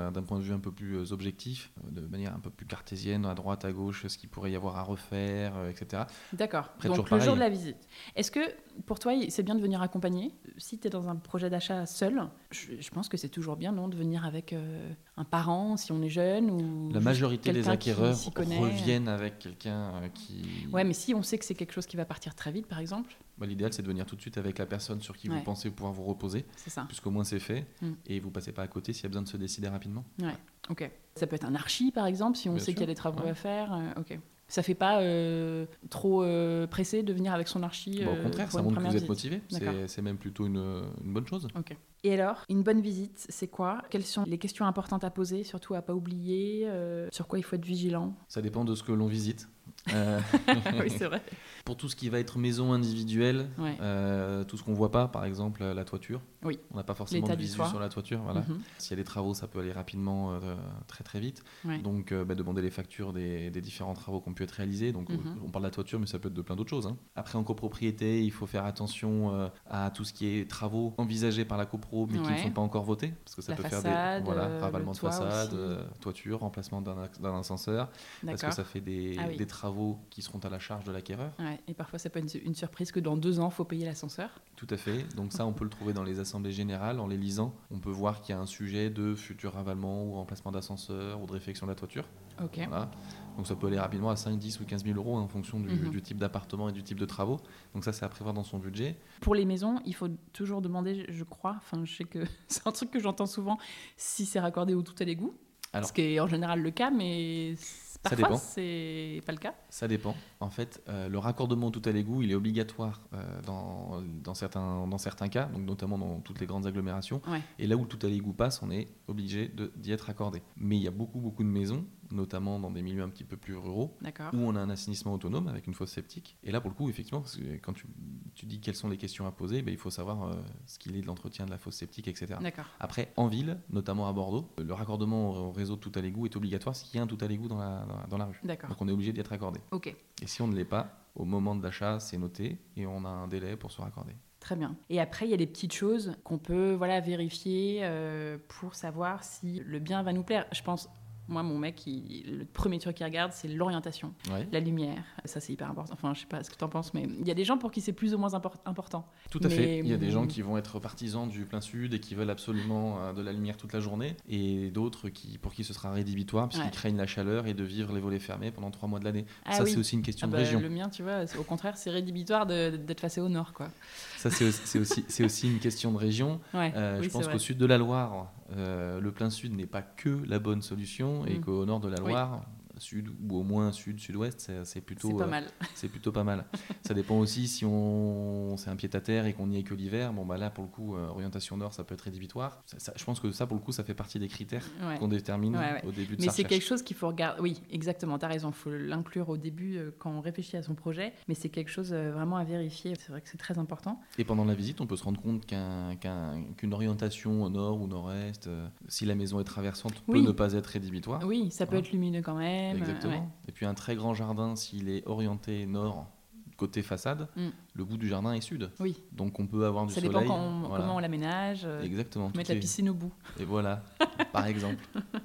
euh, d'un point de vue un peu plus euh, objectif, euh, de manière un peu plus cartésienne, à droite, à gauche, ce qu'il pourrait y avoir à refaire, euh, et cetera. D'accord. Après, Donc toujours le pareil. jour de la visite. Est-ce que pour toi, c'est bien de venir accompagner ? Si tu es dans un projet d'achat seul, je, je pense que c'est toujours bien, non, de venir avec euh, un parent, si on est jeune ou La juste majorité des quelqu'un qui acquéreurs s'y connaît. reviennent avec quelqu'un euh, qui... Ouais, mais si on sait que c'est quelque chose qui va partir très vite, par exemple, Bah, l'idéal, c'est de venir tout de suite avec la personne sur qui Ouais. vous pensez pouvoir vous reposer, c'est ça. puisqu'au moins c'est fait, Mm. et vous passez pas à côté s'il y a besoin de se décider rapidement. Ouais, ok. Ça peut être un archi, par exemple, si on Bien sait sûr, qu'il y a des travaux ouais. à faire. euh, ok. Ça fait pas euh, trop euh, pressé de venir avec son archi Bah, au euh, contraire, pour ça une montre que première vous êtes visite. motivé, D'accord. c'est, c'est même plutôt une, une bonne chose. Ok. Et alors, une bonne visite, c'est quoi ? Quelles sont les questions importantes à poser, surtout à pas oublier euh, Sur quoi il faut être vigilant ? Ça dépend de ce que l'on visite. Euh, Oui, c'est vrai. Pour tout ce qui va être maison individuelle, Ouais. euh, tout ce qu'on voit pas, par exemple euh, la toiture, Oui. on n'a pas forcément L'état de du visu toit. sur la toiture. Voilà. Mhm. S'il y a des travaux, ça peut aller rapidement, euh, très très vite. Ouais. Donc euh, bah, demander les factures des, des différents travaux qui ont pu être réalisés. Donc Mhm. on parle de la toiture, mais ça peut être de plein d'autres choses, hein. Après, en copropriété, il faut faire attention euh, à tout ce qui est travaux envisagés par la copro, mais qui ne Ouais. sont pas encore votés, parce que ça La peut façade, faire des voilà, euh, ravalement le de toit façade, aussi. euh, toiture, remplacement d'un, d'un ascenseur, parce D'accord. que ça fait des, Ah oui. des travaux qui seront à la charge de l'acquéreur. Ouais. Et parfois, ça peut être une, une surprise que dans deux ans, il faut payer l'ascenseur. Tout à fait. Donc ça, on peut le trouver dans les assemblées générales. En les lisant, on peut voir qu'il y a un sujet de futur ravalement ou remplacement d'ascenseur ou de réfection de la toiture. Ok. Voilà. Donc ça peut aller rapidement à cinq, dix ou quinze mille euros, hein, en fonction du, Mhm. du type d'appartement et du type de travaux. Donc ça, c'est à prévoir dans son budget. Pour les maisons, il faut toujours demander, je crois, enfin, je sais que c'est un truc que j'entends souvent, si c'est raccordé au tout à l'égout. Alors, Ce qui est en général le cas, mais parfois, dépend. c'est pas le cas. ça dépend. En fait, euh, le raccordement tout à l'égout, il est obligatoire euh, dans, dans, certains, dans certains cas, donc notamment dans toutes les grandes agglomérations. Ouais. Et là où le tout à l'égout passe, on est obligé de, d'y être raccordé. Mais il y a beaucoup, beaucoup de maisons, notamment dans des milieux un petit peu plus ruraux, D'accord. où on a un assainissement autonome avec une fosse septique. Et là, pour le coup, effectivement, parce que quand tu, tu dis quelles sont les questions à poser, ben, il faut savoir euh, ce qu'il est de l'entretien de la fosse septique, et cetera. D'accord. Après, en ville, notamment à Bordeaux, le raccordement au réseau de tout à l'égout est obligatoire s'il y a un tout à l'égout dans la, dans la, dans la rue. D'accord. Donc on est obligé d'y être raccordé. Ok. Et si on ne l'est pas, au moment de l'achat, c'est noté et on a un délai pour se raccorder. Très bien. Et après, il y a des petites choses qu'on peut voilà, vérifier euh, pour savoir si le bien va nous plaire. Je pense, moi, mon mec, il- le premier truc qu'il regarde, c'est l'orientation, Ouais. la lumière. Ça, c'est hyper important. Enfin, je sais pas ce que tu en penses, mais il y a des gens pour qui c'est plus ou moins impor- important. Tout à Mais, fait. Il y a des gens hum, qui vont être partisans du plein sud et qui veulent absolument euh, de la lumière toute la journée, et d'autres qui, pour qui ce sera rédhibitoire puisqu'ils Ouais. craignent la chaleur et de vivre les volets fermés pendant trois mois de l'année. Ah Ça, oui. c'est aussi une question Ah de bah, région. le mien, tu vois, c'est- au contraire, c'est rédhibitoire de- d'être facé au nord, quoi. Ça, c'est aussi, c'est aussi, c'est aussi une question de région. Ouais. Euh, oui, je c'est pense vrai. qu'au sud de la Loire, euh, le plein sud n'est pas que la bonne solution, et Mm. qu'au nord de la Oui. Loire, sud ou au moins sud, sud-ouest, c'est, c'est plutôt, C'est pas euh, mal. c'est plutôt pas mal. Ça dépend aussi si on c'est un pied-à-terre et qu'on n'y est que l'hiver. Bon bah là pour le coup, euh, orientation nord, ça peut être rédhibitoire. Ça- ça- je pense que ça pour le coup, ça fait partie des critères Ouais. qu'on détermine Ouais, ouais. au début de Mais sa c'est recherche. quelque chose qu'il faut regarder. Oui, exactement, tu as raison. Il faut l'inclure au début euh, quand on réfléchit à son projet. Mais c'est quelque chose euh, vraiment à vérifier. C'est vrai que c'est très important. Et pendant la visite, on peut se rendre compte qu'un, qu'un- qu'une orientation au nord ou nord-est, euh, si la maison est traversante, Oui. peut ne pas être rédhibitoire. Oui, ça peut Ah. être lumineux quand même. euh, Exactement. ouais. Et puis un très grand jardin, s'il est orienté nord, côté façade, Mm. le bout du jardin est sud. Oui, Donc on peut avoir du ça soleil. dépend quand- voilà. comment on l'aménage. euh, Exactement. mettre tout la est- piscine au bout. Et voilà, par exemple.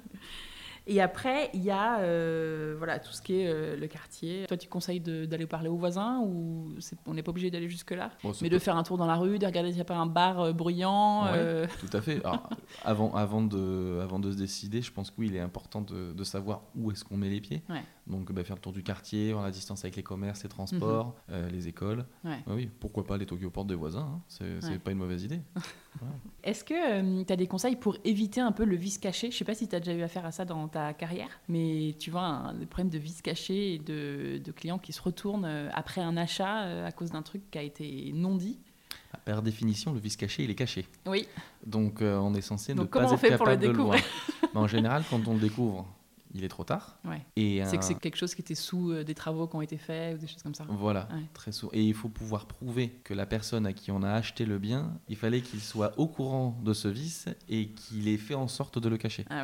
Et après, il y a euh, voilà, tout ce qui est euh, le quartier. Toi, tu conseilles de- d'aller parler aux voisins ou c'est- on n'est pas obligé d'aller jusque-là? Bon, ça Mais peut- de faire un tour dans la rue, de regarder s'il n'y a pas un bar euh, bruyant. Ouais. euh, Tout à fait. Alors, avant, avant, de, avant de se décider, je pense que oui, il est important de, de savoir où est-ce qu'on met les pieds. Ouais. Donc bah, faire le tour du quartier, voir la distance avec les commerces, les transports, euh, les écoles. Ouais. Ah oui, pourquoi pas les toquer aux portes des voisins, hein. C'est c'est Ouais. pas une mauvaise idée. Est-ce que tu as des conseils pour éviter un peu le vice caché? Je sais pas si tu as déjà eu affaire à ça dans ta carrière, mais tu vois, un, des problèmes de vice caché et de, de clients qui se retournent euh, après un achat euh, à cause d'un truc qui a été non dit. Par définition, le vice caché, il est caché. Oui, Donc euh, on est censé Donc, ne comment pas on être fait pour le capable de le voir. découvrir? Mais en général, quand on le découvre, il est trop tard. ouais. Et C'est un- que c'est quelque chose qui était sous euh, des travaux qui ont été faits ou des choses comme ça. Voilà, Ouais. très souvent. Et il faut pouvoir prouver que la personne à qui on a acheté le bien, il fallait qu'il soit au courant de ce vice et qu'il ait fait en sorte de le cacher. Ah ouais.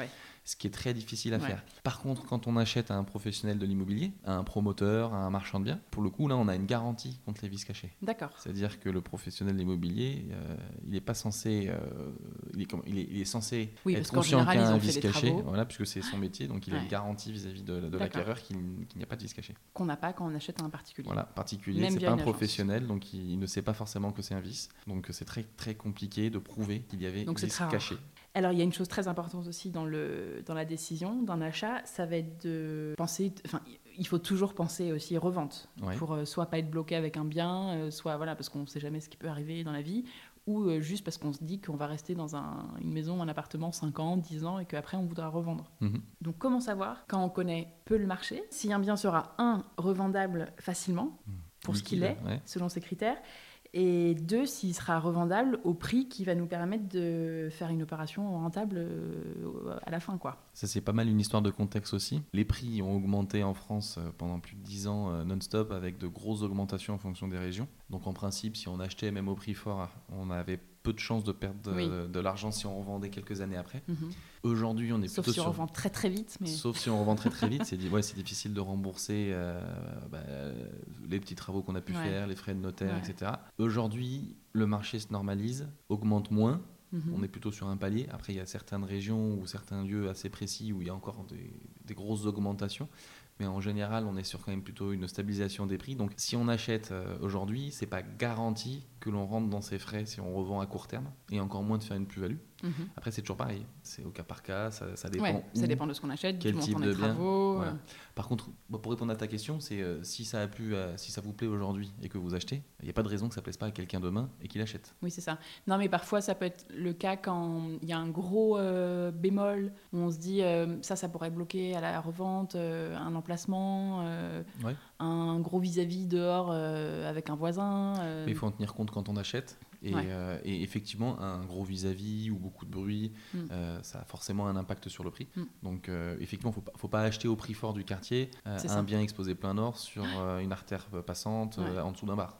ce qui est très difficile à Ouais. faire. Par contre, quand on achète à un professionnel de l'immobilier, à un promoteur, à un marchand de biens, pour le coup, là, on a une garantie contre les vices cachés. D'accord. C'est-à-dire que le professionnel de l'immobilier, euh, il n'est pas censé, euh, il, est, il, est, il est censé Oui, être parce qu'en conscient qu'il y général, a ils un ont fait vice des caché, travaux. voilà, puisque c'est son métier, donc il a Ouais. une garantie vis-à-vis de, de D'accord. l'acquéreur qu'il, qu'il n'y a pas de vice caché. Qu'on n'a pas quand on achète à un particulier. Voilà, particulier, Même c'est via pas un une agence. professionnel, donc il, il ne sait pas forcément que c'est un vice. Donc c'est très très compliqué de prouver qu'il y avait Donc c'est vice très rare. caché. Alors, il y a une chose très importante aussi dans, le, dans la décision d'un achat, ça va être de penser... Enfin, il faut toujours penser aussi revente, Ouais. pour euh, soit pas être bloqué avec un bien, euh, soit voilà, parce qu'on ne sait jamais ce qui peut arriver dans la vie, ou euh, juste parce qu'on se dit qu'on va rester dans un, une maison, un appartement cinq ans, dix ans, et qu'après on voudra revendre. Mhm. Donc comment savoir, quand on connaît peu le marché, si un bien sera, un, revendable facilement, pour ce qu'il Liquide, est, ouais. selon ses critères, et deux, s'il sera revendable au prix qui va nous permettre de faire une opération rentable euh, à la fin, quoi. Ça, c'est pas mal une histoire de contexte aussi. Les prix ont augmenté en France euh, pendant plus de dix ans euh, non-stop avec de grosses augmentations en fonction des régions. Donc en principe, si on achetait même au prix fort, on avait peu de chances de perdre de, Oui. de l'argent si on revendait quelques années après. Mhm. Aujourd'hui, on est Sauf plutôt si on sur... revend très très vite. Mais... Sauf si on revend très très vite, c'est, di- ouais, c'est difficile de rembourser euh, bah, les petits travaux qu'on a pu Ouais. faire, les frais de notaire, Ouais. et cetera. Aujourd'hui, le marché se normalise, augmente moins. Mhm. On est plutôt sur un palier. Après, il y a certaines régions ou certains lieux assez précis où il y a encore des, des grosses augmentations. Mais en général, on est sur quand même plutôt une stabilisation des prix. Donc, si on achète euh, aujourd'hui, c'est pas garanti que l'on rentre dans ses frais si on revend à court terme, et encore moins de faire une plus-value. Mhm. Après, c'est toujours pareil. C'est au cas par cas, ça, ça dépend. Ouais, ça où, dépend de ce qu'on achète, quel du type montant de des bien. travaux. Voilà. euh. Par contre, bon, pour répondre à ta question, c'est euh, si ça a plu, à- si ça vous plaît aujourd'hui et que vous achetez, il n'y a pas de raison que ça ne plaise pas à quelqu'un demain et qu'il achète. Oui, c'est ça. Non, mais parfois, ça peut être le cas quand il y a un gros euh, bémol, où on se dit, euh, ça, ça pourrait bloquer à la revente, euh, un emplacement, euh, Ouais. un gros vis-à-vis dehors euh, avec un voisin. euh. Mais il faut en tenir compte quand on achète. Et, Ouais. euh, et effectivement, un gros vis-à-vis ou beaucoup de bruit, Mm. euh, ça a forcément un impact sur le prix. Mm. Donc, euh, effectivement, il ne faut, pas- faut pas acheter au prix fort du quartier euh, C'est un ça. bien exposé plein nord sur euh, une artère passante euh, Ouais. en dessous d'un bar.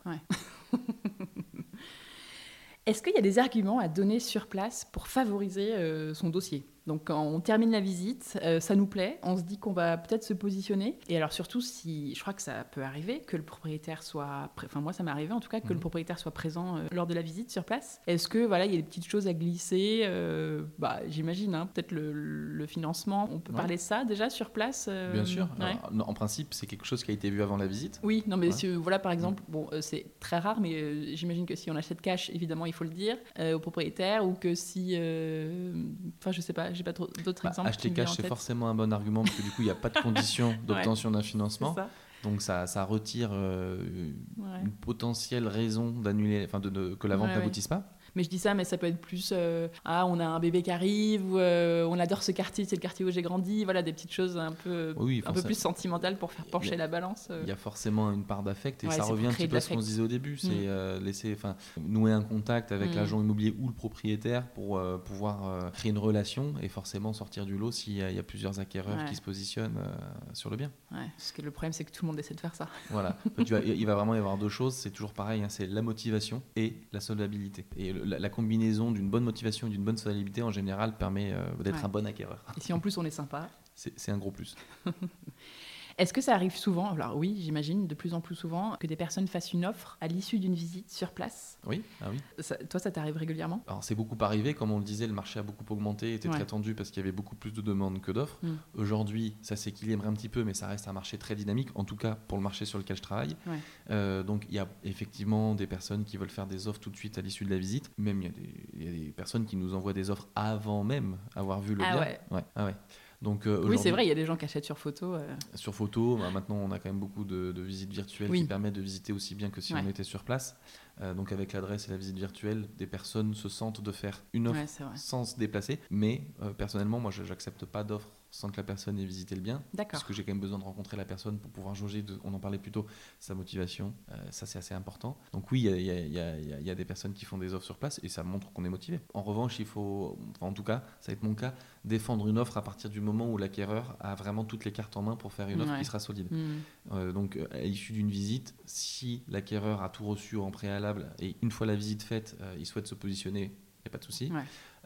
Est-ce qu'il y a des arguments à donner sur place pour favoriser euh, son dossier ? Donc quand on termine la visite, euh, ça nous plaît, on se dit qu'on va peut-être se positionner. Et alors surtout si, je crois que ça peut arriver que le propriétaire soit, pré- enfin moi ça m'est arrivé en tout cas, que Mhm. le propriétaire soit présent euh, lors de la visite sur place. Est-ce que voilà il y a des petites choses à glisser euh, Bah j'imagine, hein, peut-être le, le financement. On peut Ouais. parler de ça déjà sur place euh, Bien sûr. ouais. Alors, non, en principe, c'est quelque chose qui a été vu avant la visite. Oui, non mais Ouais. si, voilà par exemple, bon euh, c'est très rare, mais euh, j'imagine que si on achète cash, évidemment il faut le dire euh, au propriétaire, ou que si, euh, enfin je sais pas, j'ai pas trop d'autres Bah, exemples. qui acheter me viennent cash, en c'est tête. forcément un bon argument parce que du coup, il n'y a pas de condition d'obtention d'un C'est financement. ça. Donc ça, ça retire euh, Ouais. une potentielle raison d'annuler, enfin de, de- que la vente Ouais, n'aboutisse pas. Mais je dis ça, mais ça peut être plus euh, ah on a un bébé qui arrive, ou euh, on adore ce quartier, c'est le quartier où j'ai grandi, voilà des petites choses un peu Oui, un peu forcément. plus sentimentales pour faire pencher Il y a- la balance. euh. Il y a forcément une part d'affect et Ouais, ça c'est pour revient un créer petit de peu à ce qu'on se l'affect. disait au début, c'est Mm. euh, laisser, enfin, nouer un contact avec Mm. l'agent immobilier ou le propriétaire pour euh, pouvoir euh, créer une relation et forcément sortir du lot s'il y a, il y a plusieurs acquéreurs Ouais. qui se positionnent euh, sur le bien. Ouais, parce que le problème c'est que tout le monde essaie de faire ça. Voilà. Tu vas- il va vraiment y avoir deux choses, c'est toujours pareil, hein, c'est la motivation et la solvabilité. Et le- la, la combinaison d'une bonne motivation et d'une bonne solvabilité en général permet euh, d'être Ouais. un bon acquéreur. Et si en plus on est sympa. C'est c'est un gros plus. Est-ce que ça arrive souvent, alors oui, j'imagine de plus en plus souvent, que des personnes fassent une offre à l'issue d'une visite sur place? Oui, ah oui. Ça- toi, ça t'arrive régulièrement? Alors c'est beaucoup arrivé, comme on le disait, le marché a beaucoup augmenté, était Ouais. très tendu parce qu'il y avait beaucoup plus de demandes que d'offres. Mm. Aujourd'hui, ça s'équilibre un petit peu, mais ça reste un marché très dynamique, en tout cas pour le marché sur lequel je travaille. Ouais. Euh, donc il y a effectivement des personnes qui veulent faire des offres tout de suite à l'issue de la visite. Même il y a des, il y a des personnes qui nous envoient des offres avant même avoir vu le Ah bien. ouais. Ouais, ah ouais. Donc, euh, Oui, c'est aujourd'hui, vrai, il y a des gens qui achètent sur photo. euh. sur photo, bah, maintenant on a quand même beaucoup de, de visites virtuelles Oui. qui permettent de visiter aussi bien que si Ouais. on était sur place. Euh, donc avec l'adresse et la visite virtuelle, des personnes se sentent de faire une offre Ouais, c'est vrai. sans se déplacer. Mais euh, personnellement, moi je n'accepte pas d'offre sans que la personne ait visité le bien. D'accord. Parce que j'ai quand même besoin de rencontrer la personne pour pouvoir jauger, de, on en parlait plus tôt, sa motivation. Euh, ça c'est assez important. Donc oui, il y a, il y a- il y a- il y a- il y a des personnes qui font des offres sur place et ça montre qu'on est motivé. En revanche, il faut, enfin, en tout cas, ça va être mon cas, défendre une offre à partir du moment où l'acquéreur a vraiment toutes les cartes en main pour faire une offre Ouais. qui sera solide. Mm. Euh, donc, euh, à l'issue d'une visite, si l'acquéreur a tout reçu en préalable et une fois la visite faite, euh, il souhaite se positionner, il n'y a pas de souci. Ouais.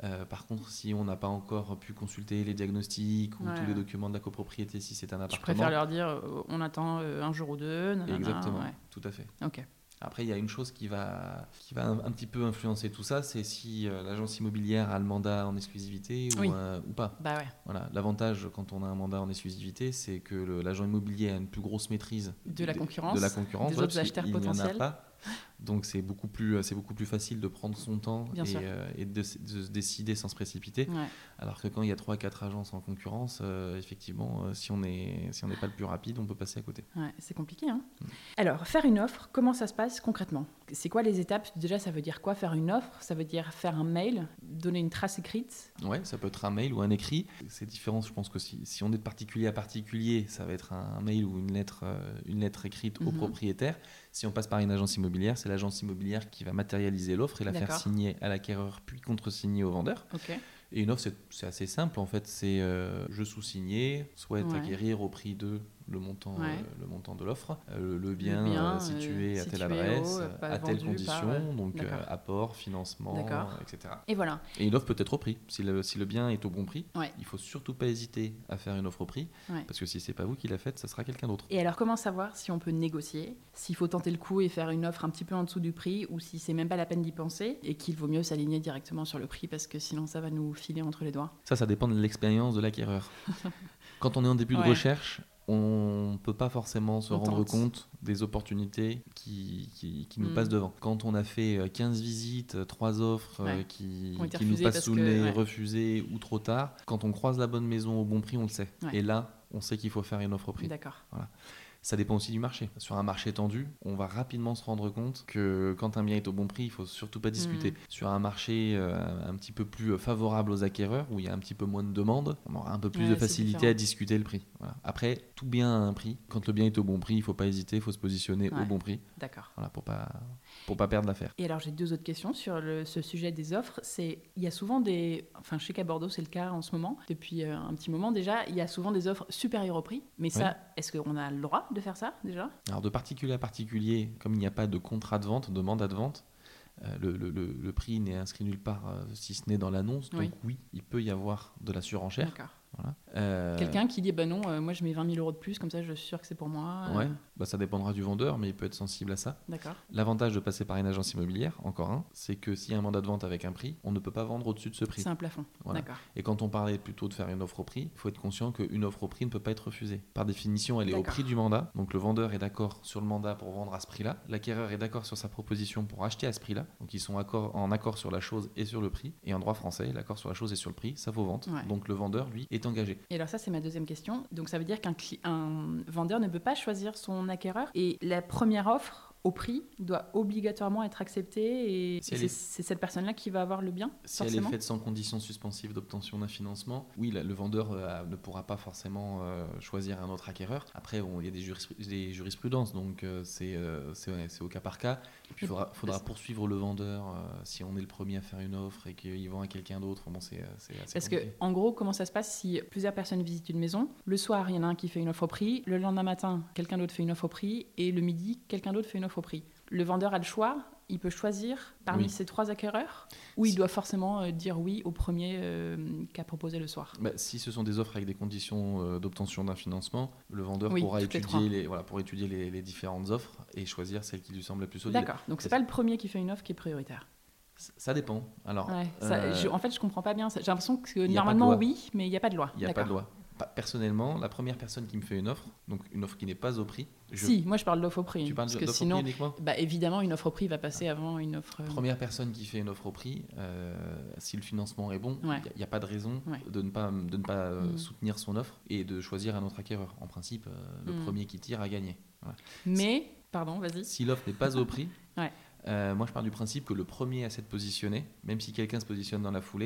Euh, par contre, si on n'a pas encore pu consulter les diagnostics ou ouais. tous les documents de la copropriété, si c'est un appartement... Je préfère leur dire, euh, on attend euh, un jour ou deux. Nanana, Exactement, ouais. tout à fait. Ok. Après, il y a une chose qui va, qui va un, un petit peu influencer tout ça, c'est si euh, l'agence immobilière a le mandat en exclusivité ou, oui. euh, ou pas. Bah ouais. Voilà. L'avantage quand on a un mandat en exclusivité, c'est que le, l'agent immobilier a une plus grosse maîtrise de la concurrence, de la concurrence des voilà, autres acheteurs il potentiels. Il n'y en a pas. Donc c'est beaucoup plus, c'est beaucoup plus facile de prendre son temps Bien et, sûr. euh, et de, de se décider sans se précipiter. Ouais. Alors que quand il y a trois quatre agences en concurrence, euh, effectivement, euh, si on est, si on n'est pas le plus rapide, on peut passer à côté. Ouais, c'est compliqué. Hein Mm. Alors, faire une offre, comment ça se passe concrètement ? C'est quoi les étapes ? Déjà, ça veut dire quoi faire une offre ? Ça veut dire faire un mail, donner une trace écrite ? Ouais, ça peut être un mail ou un écrit. C'est différent, je pense que si, si on est de particulier à particulier, ça va être un, un mail ou une lettre, euh, une lettre écrite mm-hmm. au propriétaire. Si on passe par une agence immobilière, c'est l'agence immobilière qui va matérialiser l'offre et la D'accord. faire signer à l'acquéreur puis contre-signer au vendeur. Okay. Et une offre, c'est, c'est assez simple en fait. C'est euh, je sous-signé, souhaite ouais. acquérir au prix de le montant, ouais. euh, le montant de l'offre, euh, le bien, le bien euh, situé euh, à telle adresse, au, à telle condition, par... donc euh, apport, financement, et cetera. Et voilà. Et une offre peut être au prix. Si le, si le bien est au bon prix, ouais. il ne faut surtout pas hésiter à faire une offre au prix, ouais. parce que si ce n'est pas vous qui la faites, ça sera quelqu'un d'autre. Et alors, comment savoir si on peut négocier, s'il faut tenter le coup et faire une offre un petit peu en dessous du prix, ou si c'est même pas la peine d'y penser, et qu'il vaut mieux s'aligner directement sur le prix, parce que sinon ça va nous filer entre les doigts ? Ça, ça dépend de l'expérience de l'acquéreur. Quand on est en début ouais. de recherche, on ne peut pas forcément se on rendre tente. compte des opportunités qui, qui, qui nous mmh. passent devant. Quand on a fait quinze visites, trois offres ouais. qui, qui nous passent sous le nez, ouais. refusées ou trop tard, quand on croise la bonne maison au bon prix, on le sait. Ouais. Et là, on sait qu'il faut faire une offre au prix. D'accord. Voilà. Ça dépend aussi du marché. Sur un marché tendu, on va rapidement se rendre compte que quand un bien est au bon prix, il ne faut surtout pas discuter. Mmh. Sur un marché euh, un petit peu plus favorable aux acquéreurs, où il y a un petit peu moins de demandes, on aura un peu plus ouais, de facilité à discuter le prix. Voilà. Après, tout bien a un prix. Quand le bien est au bon prix, il ne faut pas hésiter, il faut se positionner ouais. au bon prix. D'accord. Voilà, pour pas, pour pas perdre l'affaire. Et alors, j'ai deux autres questions sur le, ce sujet des offres. C'est, il y a souvent des... Enfin, je sais qu'à Bordeaux, c'est le cas en ce moment. Depuis euh, un petit moment déjà, il y a souvent des offres supérieures au prix. Mais ça, ouais. est-ce qu'on a le droit de faire ça déjà ? Alors de particulier à particulier, comme il n'y a pas de contrat de vente, de mandat de vente, euh, le, le, le, le prix n'est inscrit nulle part euh, si ce n'est dans l'annonce. Donc oui, oui il peut y avoir de la surenchère. D'accord. Voilà. Euh... Quelqu'un qui dit bah non, euh, moi je mets vingt mille euros de plus, comme ça je suis sûr que c'est pour moi. Ouais, bah, ça dépendra du vendeur, mais il peut être sensible à ça. D'accord. L'avantage de passer par une agence immobilière, encore un, c'est que s'il y a un mandat de vente avec un prix, on ne peut pas vendre au-dessus de ce prix. C'est un plafond. Voilà. D'accord. Et quand on parlait plutôt de faire une offre au prix, il faut être conscient qu'une offre au prix ne peut pas être refusée. Par définition, elle est D'accord. au prix du mandat. Donc le vendeur est d'accord sur le mandat pour vendre à ce prix-là. L'acquéreur est d'accord sur sa proposition pour acheter à ce prix-là. Donc ils sont accord, en accord sur la chose et sur le prix. Et en droit français, l'accord sur la chose et sur le prix, ça vaut vente. Ouais. Donc le vendeur, lui, est engagé. Et alors ça, c'est ma deuxième question. Donc ça veut dire qu'un cli- un vendeur ne peut pas choisir son acquéreur et la première offre au prix doit obligatoirement être acceptée et, si et c'est, est... c'est cette personne-là qui va avoir le bien Si forcément. Elle est faite sans condition suspensive d'obtention d'un financement, oui, là, le vendeur euh, ne pourra pas forcément euh, choisir un autre acquéreur. Après, il y a des, juris, des jurisprudences, donc euh, c'est, euh, c'est, ouais, c'est au cas par cas. Et puis il faudra, faudra poursuivre le vendeur euh, si on est le premier à faire une offre et qu'il vend à quelqu'un d'autre. Bon, c'est, c'est assez Parce compliqué. que, en gros, comment ça se passe si plusieurs personnes visitent une maison ? Le soir, il y en a un qui fait une offre au prix. Le lendemain matin, quelqu'un d'autre fait une offre au prix. Et le midi, quelqu'un d'autre fait une offre au prix. Le vendeur a le choix, il peut choisir parmi oui. ces trois acquéreurs ou il doit forcément euh, dire oui au premier euh, qu'a proposé le soir. Bah, si ce sont des offres avec des conditions euh, d'obtention d'un financement, le vendeur oui, pourra étudier, les, les, voilà, pour étudier les, les différentes offres et choisir celle qui lui semble la plus solide. D'accord, donc c'est pas le premier qui fait une offre qui est prioritaire. Ça dépend. Alors, ouais, ça, euh, je, en fait, je comprends pas bien. J'ai l'impression que normalement oui, mais il n'y a pas de loi. Il n'y a pas de loi. Personnellement, la première personne qui me fait une offre, donc une offre qui n'est pas au prix. Je... Si, moi je parle d'offre au prix. Tu parles parce de, que d'offre sinon, au prix uniquement ? Bah évidemment, une offre au prix va passer ah. avant une offre. Première personne qui fait une offre au prix, euh, si le financement est bon, il ouais. n'y a, a pas de raison ouais. de ne pas, de ne pas mmh. soutenir son offre et de choisir un autre acquéreur. En principe, euh, le mmh. premier qui tire a gagné. Voilà. Mais, si, pardon, vas-y. Si l'offre n'est pas au prix, ouais. euh, moi je pars du principe que le premier à s'être positionné, même si quelqu'un se positionne dans la foulée,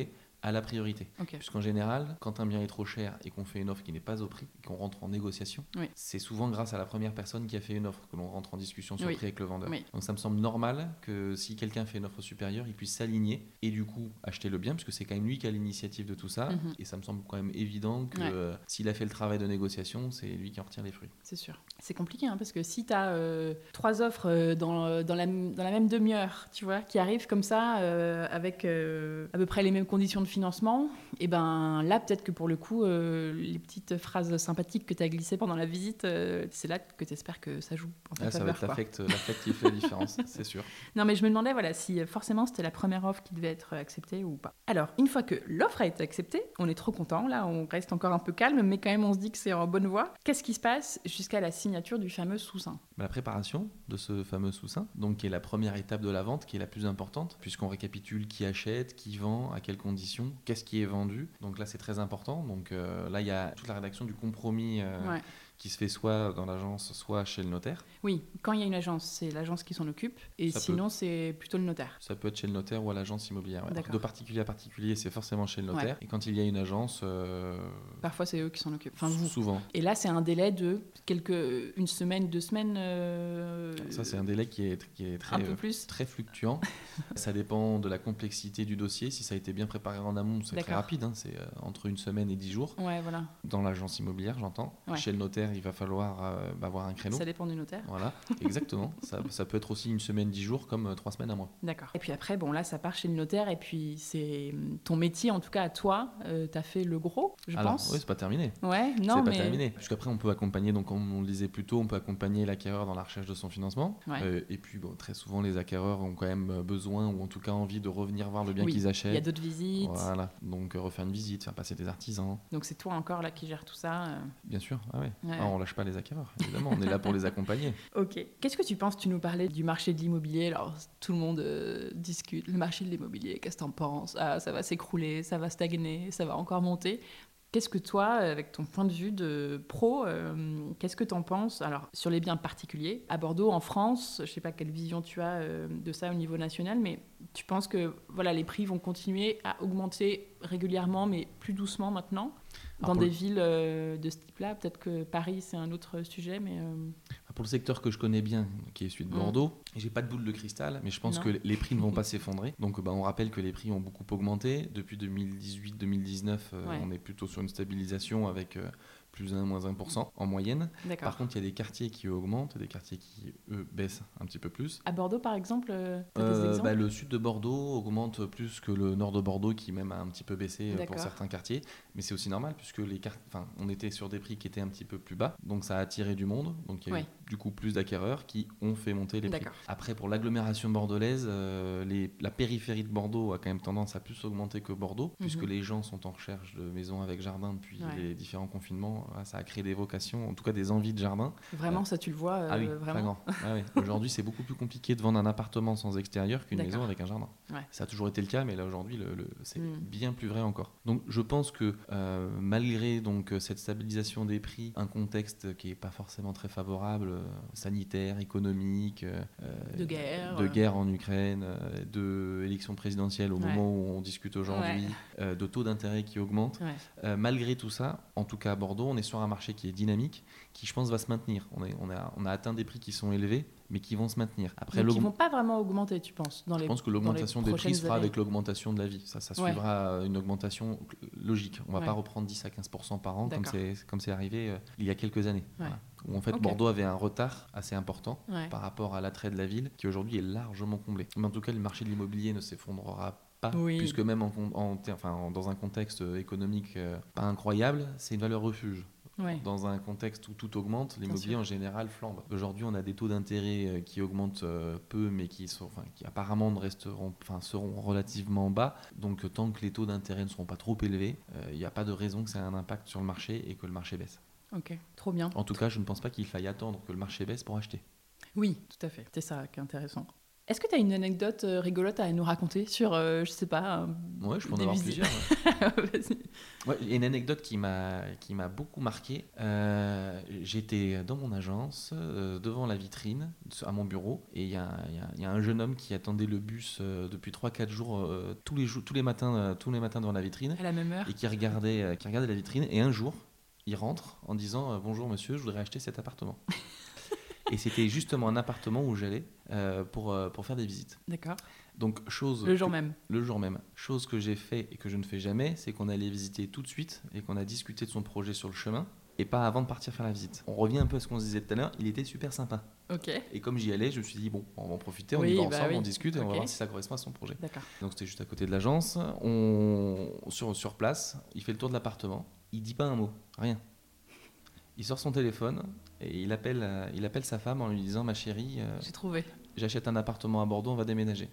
à la priorité. Okay. Puisqu'en général, quand un bien est trop cher et qu'on fait une offre qui n'est pas au prix, qu'on rentre en négociation, oui. c'est souvent grâce à la première personne qui a fait une offre que l'on rentre en discussion sur oui. le prix avec le vendeur. Oui. Donc ça me semble normal que si quelqu'un fait une offre supérieure, il puisse s'aligner et du coup acheter le bien, puisque c'est quand même lui qui a l'initiative de tout ça. Mm-hmm. Et ça me semble quand même évident que ouais. euh, s'il a fait le travail de négociation, c'est lui qui en retire les fruits. C'est sûr. C'est compliqué hein, parce que si tu as euh, trois offres euh, dans, dans, la, dans la même demi-heure, tu vois, qui arrivent comme ça euh, avec euh, à peu près les mêmes conditions de financement, et ben là peut-être que pour le coup euh, les petites phrases sympathiques que tu as glissées pendant la visite, euh, c'est là que tu espères que ça joue en ta ah, ça faveur, va être l'affect, l'affect qui fait la différence, c'est sûr. Non mais je me demandais voilà, si forcément c'était la première offre qui devait être acceptée ou pas. Alors une fois que l'offre a été acceptée, on est trop content, là on reste encore un peu calme, mais quand même on se dit que c'est en bonne voie. Qu'est-ce qui se passe jusqu'à la signature du fameux sous-seing? La préparation de ce fameux sous-seing, donc qui est la première étape de la vente, qui est la plus importante, puisqu'on récapitule qui achète, qui vend, à quelles conditions, qu'est-ce qui est vendu. Donc là, c'est très important. Donc euh, là, il y a toute la rédaction du compromis euh, ouais. qui se fait soit dans l'agence, soit chez le notaire. Oui, quand il y a une agence, c'est l'agence qui s'en occupe, et ça sinon, peut... c'est plutôt le notaire. Ça peut être chez le notaire ou à l'agence immobilière. Ouais. De particulier à particulier, c'est forcément chez le notaire. Ouais. Et quand il y a une agence... Euh... Parfois, c'est eux qui s'en occupent. Enfin, vous. Souvent. Et là, c'est un délai de quelques... une semaine, deux semaines... Euh... Ça, c'est un délai qui est, qui est très, un peu plus. euh, très fluctuant. Ça dépend de la complexité du dossier. Si ça a été bien préparé en amont, c'est D'accord. très rapide. Hein. C'est euh, entre une semaine et dix jours. Ouais, voilà. Dans l'agence immobilière, j'entends. Ouais. Chez le notaire, il va falloir euh, bah, avoir un créneau. Ça dépend du notaire. Voilà, exactement. ça, ça peut être aussi une semaine, dix jours, comme euh, trois semaines, un mois. D'accord. Et puis après, bon, là, ça part chez le notaire. Et puis, c'est ton métier, en tout cas à toi, euh, t'as fait le gros, je Alors, pense. Oui, c'est pas terminé. Ouais, non, c'est mais... pas terminé. Puisqu'après, on peut accompagner, donc comme on le disait plus tôt, on peut accompagner l'acquéreur dans la recherche de son financement. Ouais. Euh, et puis, bon, très souvent, les acquéreurs ont quand même besoin, ou en tout cas envie de revenir voir le bien oui, qu'ils achètent. Il y a d'autres visites. Voilà, donc euh, refaire une visite, faire passer des artisans. Donc c'est toi encore là qui gère tout ça euh... Bien sûr, ah ouais. Ouais. Ah, on lâche pas les acquéreurs, évidemment, on est là pour les accompagner. Ok. Qu'est-ce que tu penses? Tu nous parlais du marché de l'immobilier, alors tout le monde euh, discute. Le marché de l'immobilier, qu'est-ce que t'en penses? Ah, ça va s'écrouler, ça va stagner, ça va encore monter. Qu'est-ce que toi, avec ton point de vue de pro, euh, qu'est-ce que tu en penses? Alors, sur les biens particuliers, à Bordeaux, en France, je ne sais pas quelle vision tu as euh, de ça au niveau national, mais tu penses que voilà, les prix vont continuer à augmenter régulièrement, mais plus doucement maintenant, dans Alors des le... villes euh, de ce type-là? Peut-être que Paris, c'est un autre sujet, mais... Euh... Pour le secteur que je connais bien, qui est celui de Bordeaux, mmh. j'ai pas de boule de cristal, mais je pense non. que les prix ne vont pas s'effondrer. Donc bah, on rappelle que les prix ont beaucoup augmenté. Depuis deux mille dix-huit deux mille dix-neuf, euh, ouais. on est plutôt sur une stabilisation avec... Euh, plus un, moins un pour cent en moyenne. D'accord. Par contre, il y a des quartiers qui augmentent et des quartiers qui, eux, baissent un petit peu plus. À Bordeaux, par exemple, euh, t'as euh, des exemples? bah, Le sud de Bordeaux augmente plus que le nord de Bordeaux, qui même a un petit peu baissé D'accord. pour certains quartiers. Mais c'est aussi normal, puisque les quart... enfin, on était sur des prix qui étaient un petit peu plus bas. Donc ça a attiré du monde. Donc il y a ouais. eu du coup plus d'acquéreurs qui ont fait monter les D'accord. prix. Après, pour l'agglomération bordelaise, euh, les... la périphérie de Bordeaux a quand même tendance à plus augmenter que Bordeaux, mm-hmm. puisque les gens sont en recherche de maisons avec jardin depuis ouais. les différents confinements. Ça a créé des vocations, en tout cas des envies de jardin. Vraiment, euh, ça tu le vois euh, Ah oui, vraiment. Ah oui. Aujourd'hui, c'est beaucoup plus compliqué de vendre un appartement sans extérieur qu'une D'accord. maison avec un jardin. Ouais. Ça a toujours été le cas, mais là aujourd'hui, le, le, c'est mm. bien plus vrai encore. Donc, je pense que euh, malgré donc cette stabilisation des prix, un contexte qui est pas forcément très favorable, euh, sanitaire, économique, euh, de guerre, de guerre en Ukraine, euh, de élection présidentielle au ouais. moment où on discute aujourd'hui, ouais. euh, de taux d'intérêt qui augmentent. Ouais. Euh, malgré tout ça, en tout cas à Bordeaux, on est sur un marché qui est dynamique, qui je pense va se maintenir. On, est, on, a, on a atteint des prix qui sont élevés, mais qui vont se maintenir. Après, mais qui ne vont pas vraiment augmenter, tu penses dans les, Je pense que l'augmentation des prix se fera années. Avec l'augmentation de la vie. Ça, ça suivra ouais. une augmentation logique. On ne va ouais. pas reprendre dix à quinze pour cent par an comme c'est, comme c'est arrivé euh, il y a quelques années. Ouais. Voilà. Où en fait, okay. Bordeaux avait un retard assez important ouais. par rapport à l'attrait de la ville, qui aujourd'hui est largement comblé. Mais en tout cas, le marché de l'immobilier ne s'effondrera pas, oui. puisque même en, en, enfin, en, dans un contexte économique euh, pas incroyable, c'est une valeur refuge. Ouais. Dans un contexte où tout augmente, l'immobilier en général flambe. Aujourd'hui, on a des taux d'intérêt qui augmentent peu, mais qui, sont, enfin, qui apparemment resteront, enfin, seront relativement bas. Donc, tant que les taux d'intérêt ne seront pas trop élevés, il euh, n'y a pas de raison que ça ait un impact sur le marché et que le marché baisse. Ok, trop bien. En tout cas, je ne pense pas qu'il faille attendre que le marché baisse pour acheter. Oui, tout à fait. C'est ça qui est intéressant. Est-ce que tu as une anecdote euh, rigolote à nous raconter sur, euh, je sais pas, un... Ouais, je peux en des avoir visites. plusieurs. Ouais. Vas-y. Ouais, il y a une anecdote qui m'a, qui m'a beaucoup marqué. Euh, j'étais dans mon agence, euh, devant la vitrine, à mon bureau, et il y a, il y a- il y a un jeune homme qui attendait le bus euh, depuis trois quatre jours, euh, tous, les jours tous, les matins, euh, tous les matins devant la vitrine, À la même heure. et qui regardait, euh, qui regardait la vitrine, et un jour, il rentre en disant euh, bonjour monsieur, je voudrais acheter cet appartement. Et c'était justement un appartement où j'allais euh, pour, euh, pour faire des visites. D'accord. Donc, chose Le jour que- même. le jour même. Chose que j'ai fait et que je ne fais jamais, c'est qu'on allait visiter tout de suite et qu'on a discuté de son projet sur le chemin et pas avant de partir faire la visite. On revient un peu à ce qu'on se disait tout à l'heure, il était super sympa. Ok. Et comme j'y allais, je me suis dit, bon, on va en profiter, on Oui, y va bah ensemble, oui. on discute et on Ok. va voir si ça correspond à son projet. D'accord. Donc c'était juste à côté de l'agence, on... sur, sur place, il fait le tour de l'appartement, il dit pas un mot, rien. Il sort son téléphone et il appelle, euh, il appelle sa femme en lui disant, ma chérie, euh, J'ai trouvé. j'achète un appartement à Bordeaux, on va déménager.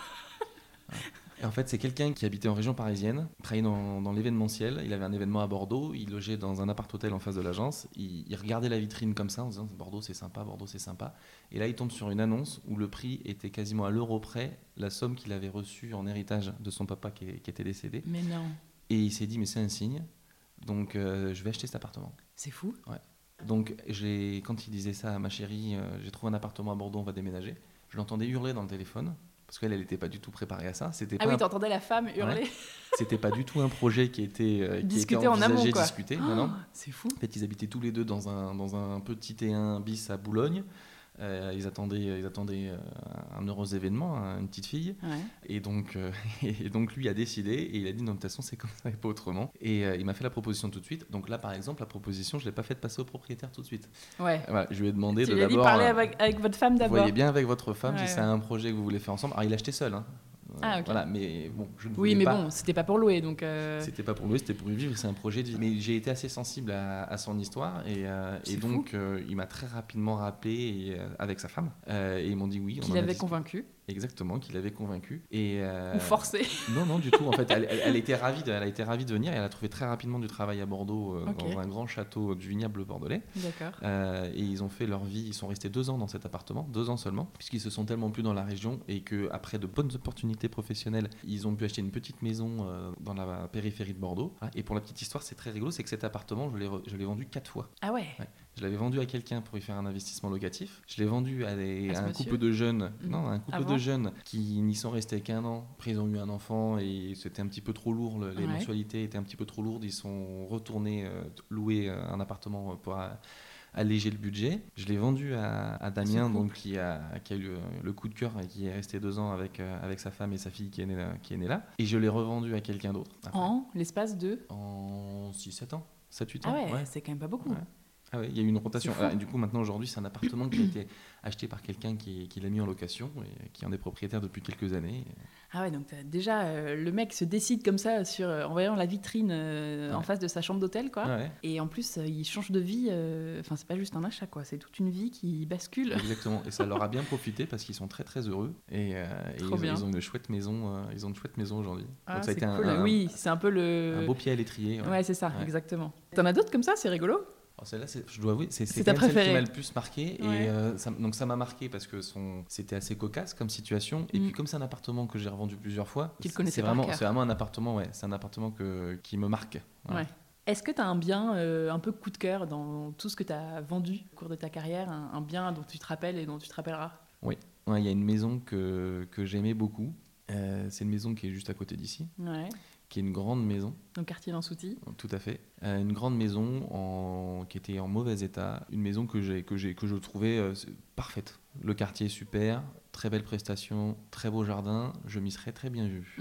Et en fait, c'est quelqu'un qui habitait en région parisienne, travaillait dans, dans l'événementiel. Il avait un événement à Bordeaux, il logeait dans un appart-hôtel en face de l'agence. Il, il regardait la vitrine comme ça en disant Bordeaux c'est sympa, Bordeaux c'est sympa. Et là, il tombe sur une annonce où le prix était quasiment à l'euro près, la somme qu'il avait reçue en héritage de son papa qui, qui était décédé. Mais non. Et il s'est dit mais c'est un signe, donc euh, je vais acheter cet appartement. C'est fou. Donc j'ai, quand il disait ça à ma chérie, euh, j'ai trouvé un appartement à Bordeaux, on va déménager. Je l'entendais hurler dans le téléphone. Parce qu'elle, elle n'était pas du tout préparée à ça. C'était Ah pas oui, un... t'entendais la femme hurler. Ouais. C'était pas du tout un projet qui était, euh, qui Discuter était en envisagé, amont, quoi. discuté. Oh, non, non. c'est fou. En fait, ils habitaient tous les deux dans un, dans un petit T un bis à Boulogne. Euh, ils attendaient, ils attendaient euh, un heureux événement, hein, une petite fille. Ouais. Et donc, euh, et donc lui a décidé et il a dit non, de toute façon c'est comme ça et pas autrement. Et euh, il m'a fait la proposition tout de suite. Donc là, par exemple, la proposition, je l'ai pas faite passer au propriétaire tout de suite. Ouais. Voilà, je lui ai demandé Tu de lui as dit d'abord. parler euh, avec, avec votre femme Vous d'abord. voyez bien avec votre femme Ouais, si c'est ouais. un projet que vous voulez faire ensemble. Alors il achetait seul. Hein. Ah, ok. Voilà, mais bon, je ne Oui, voulais mais pas. bon, c'était pas pour louer, donc. euh, C'était pas pour lui, c'était pour lui vivre, c'est un projet de vie. Mais j'ai été assez sensible à, à son histoire et, euh, et C'est donc euh, il m'a très rapidement rappelé et, euh, avec sa femme euh, et ils m'ont dit oui. on Qu'il en a avait discuté. convaincu. Exactement, qu'il avait convaincu. Et, euh, Ou forcé. Non, non, du tout. En fait, elle, elle, elle était ravie de, elle a été ravie de venir et elle a trouvé très rapidement du travail à Bordeaux euh, Ok. dans un grand château du vignoble bordelais. D'accord. Euh, et ils ont fait leur vie, ils sont restés deux ans dans cet appartement, deux ans seulement, puisqu'ils se sont tellement plu dans la région et qu'après de bonnes opportunités professionnelles, ils ont pu acheter une petite maison euh, dans la périphérie de Bordeaux. Hein. Et pour la petite histoire, c'est très rigolo, c'est que cet appartement, je l'ai, re- je l'ai vendu quatre fois. Ah ouais. Ouais. Je l'avais vendu à quelqu'un pour y faire un investissement locatif. Je l'ai vendu à, des- À ce à un monsieur couple de jeunes, Mmh. non, à un couple Avant de jeunes qui n'y sont restés qu'un an. Après, ils ont eu un enfant et c'était un petit peu trop lourd. le- Les Ouais. mensualités étaient un petit peu trop lourdes. Ils sont retournés euh, louer euh, un appartement pour euh, alléger le budget. Je l'ai vendu à, à Damien, Ce donc qui a, qui a eu le, le coup de cœur et qui est resté deux ans avec, euh, avec sa femme et sa fille qui est née là. Qui est née là. Et je l'ai revendu à quelqu'un d'autre. après. En l'espace de. En six sept ans. sept huit Ah ans. ouais, c'est quand même pas beaucoup. Ouais. Ah ouais, il y a eu une rotation. C'est fou. Ah, et du coup, maintenant, aujourd'hui, c'est un appartement qui a été acheté par quelqu'un qui, qui l'a mis en location et qui en est propriétaire depuis quelques années. Ah ouais, donc t'as- déjà, euh, le mec se décide comme ça sur, euh, en voyant la vitrine euh, en Ouais. face de sa chambre d'hôtel, quoi. Ouais, Et en plus, euh, il change de vie. euh, Enfin, c'est pas juste un achat, quoi. C'est toute une vie qui bascule. exactement. Et ça leur a bien profité parce qu'ils sont très très heureux et, euh, et Trop ils, bien. ils ont une chouette maison. euh, ils ont une chouette maison aujourd'hui. Ah, Donc ça a c'est été un, cool. un- Oui, c'est un peu le. un beau pied à l'étrier. Ouais, Ouais. c'est ça, Ouais. exactement. T'en as d'autres comme ça, c'est rigolo. Alors celle-là, c'est- je dois avouer, c'est, C'est c'est ta quand même celle qui préférée. m'a le plus marqué. Ouais. Et euh, ça, donc ça m'a marqué parce que son, c'était assez cocasse comme situation. Et Mm. puis comme c'est un appartement que j'ai revendu plusieurs fois, Tu le c'est- connaissais c'est par vraiment, cœur. c'est vraiment un appartement. Ouais, c'est un appartement que, qui me marque. Voilà. Ouais. Est-ce que tu as un bien euh, un peu coup de cœur dans tout ce que tu as vendu au cours de ta carrière, un, un bien dont tu te rappelles et dont tu te rappelleras? Ouais, il y a une maison que, que j'aimais beaucoup. Euh, c'est une maison qui est juste à côté d'ici, Ouais. qui est une grande maison, Donc quartier d'Ansouti. tout à fait. Euh, une grande maison en, qui était en mauvais état. Une maison que, j'ai, que, j'ai, que je trouvais euh, c'est- parfaite. Le quartier est super, très belle prestation, très beau jardin. Je m'y serais très bien vu.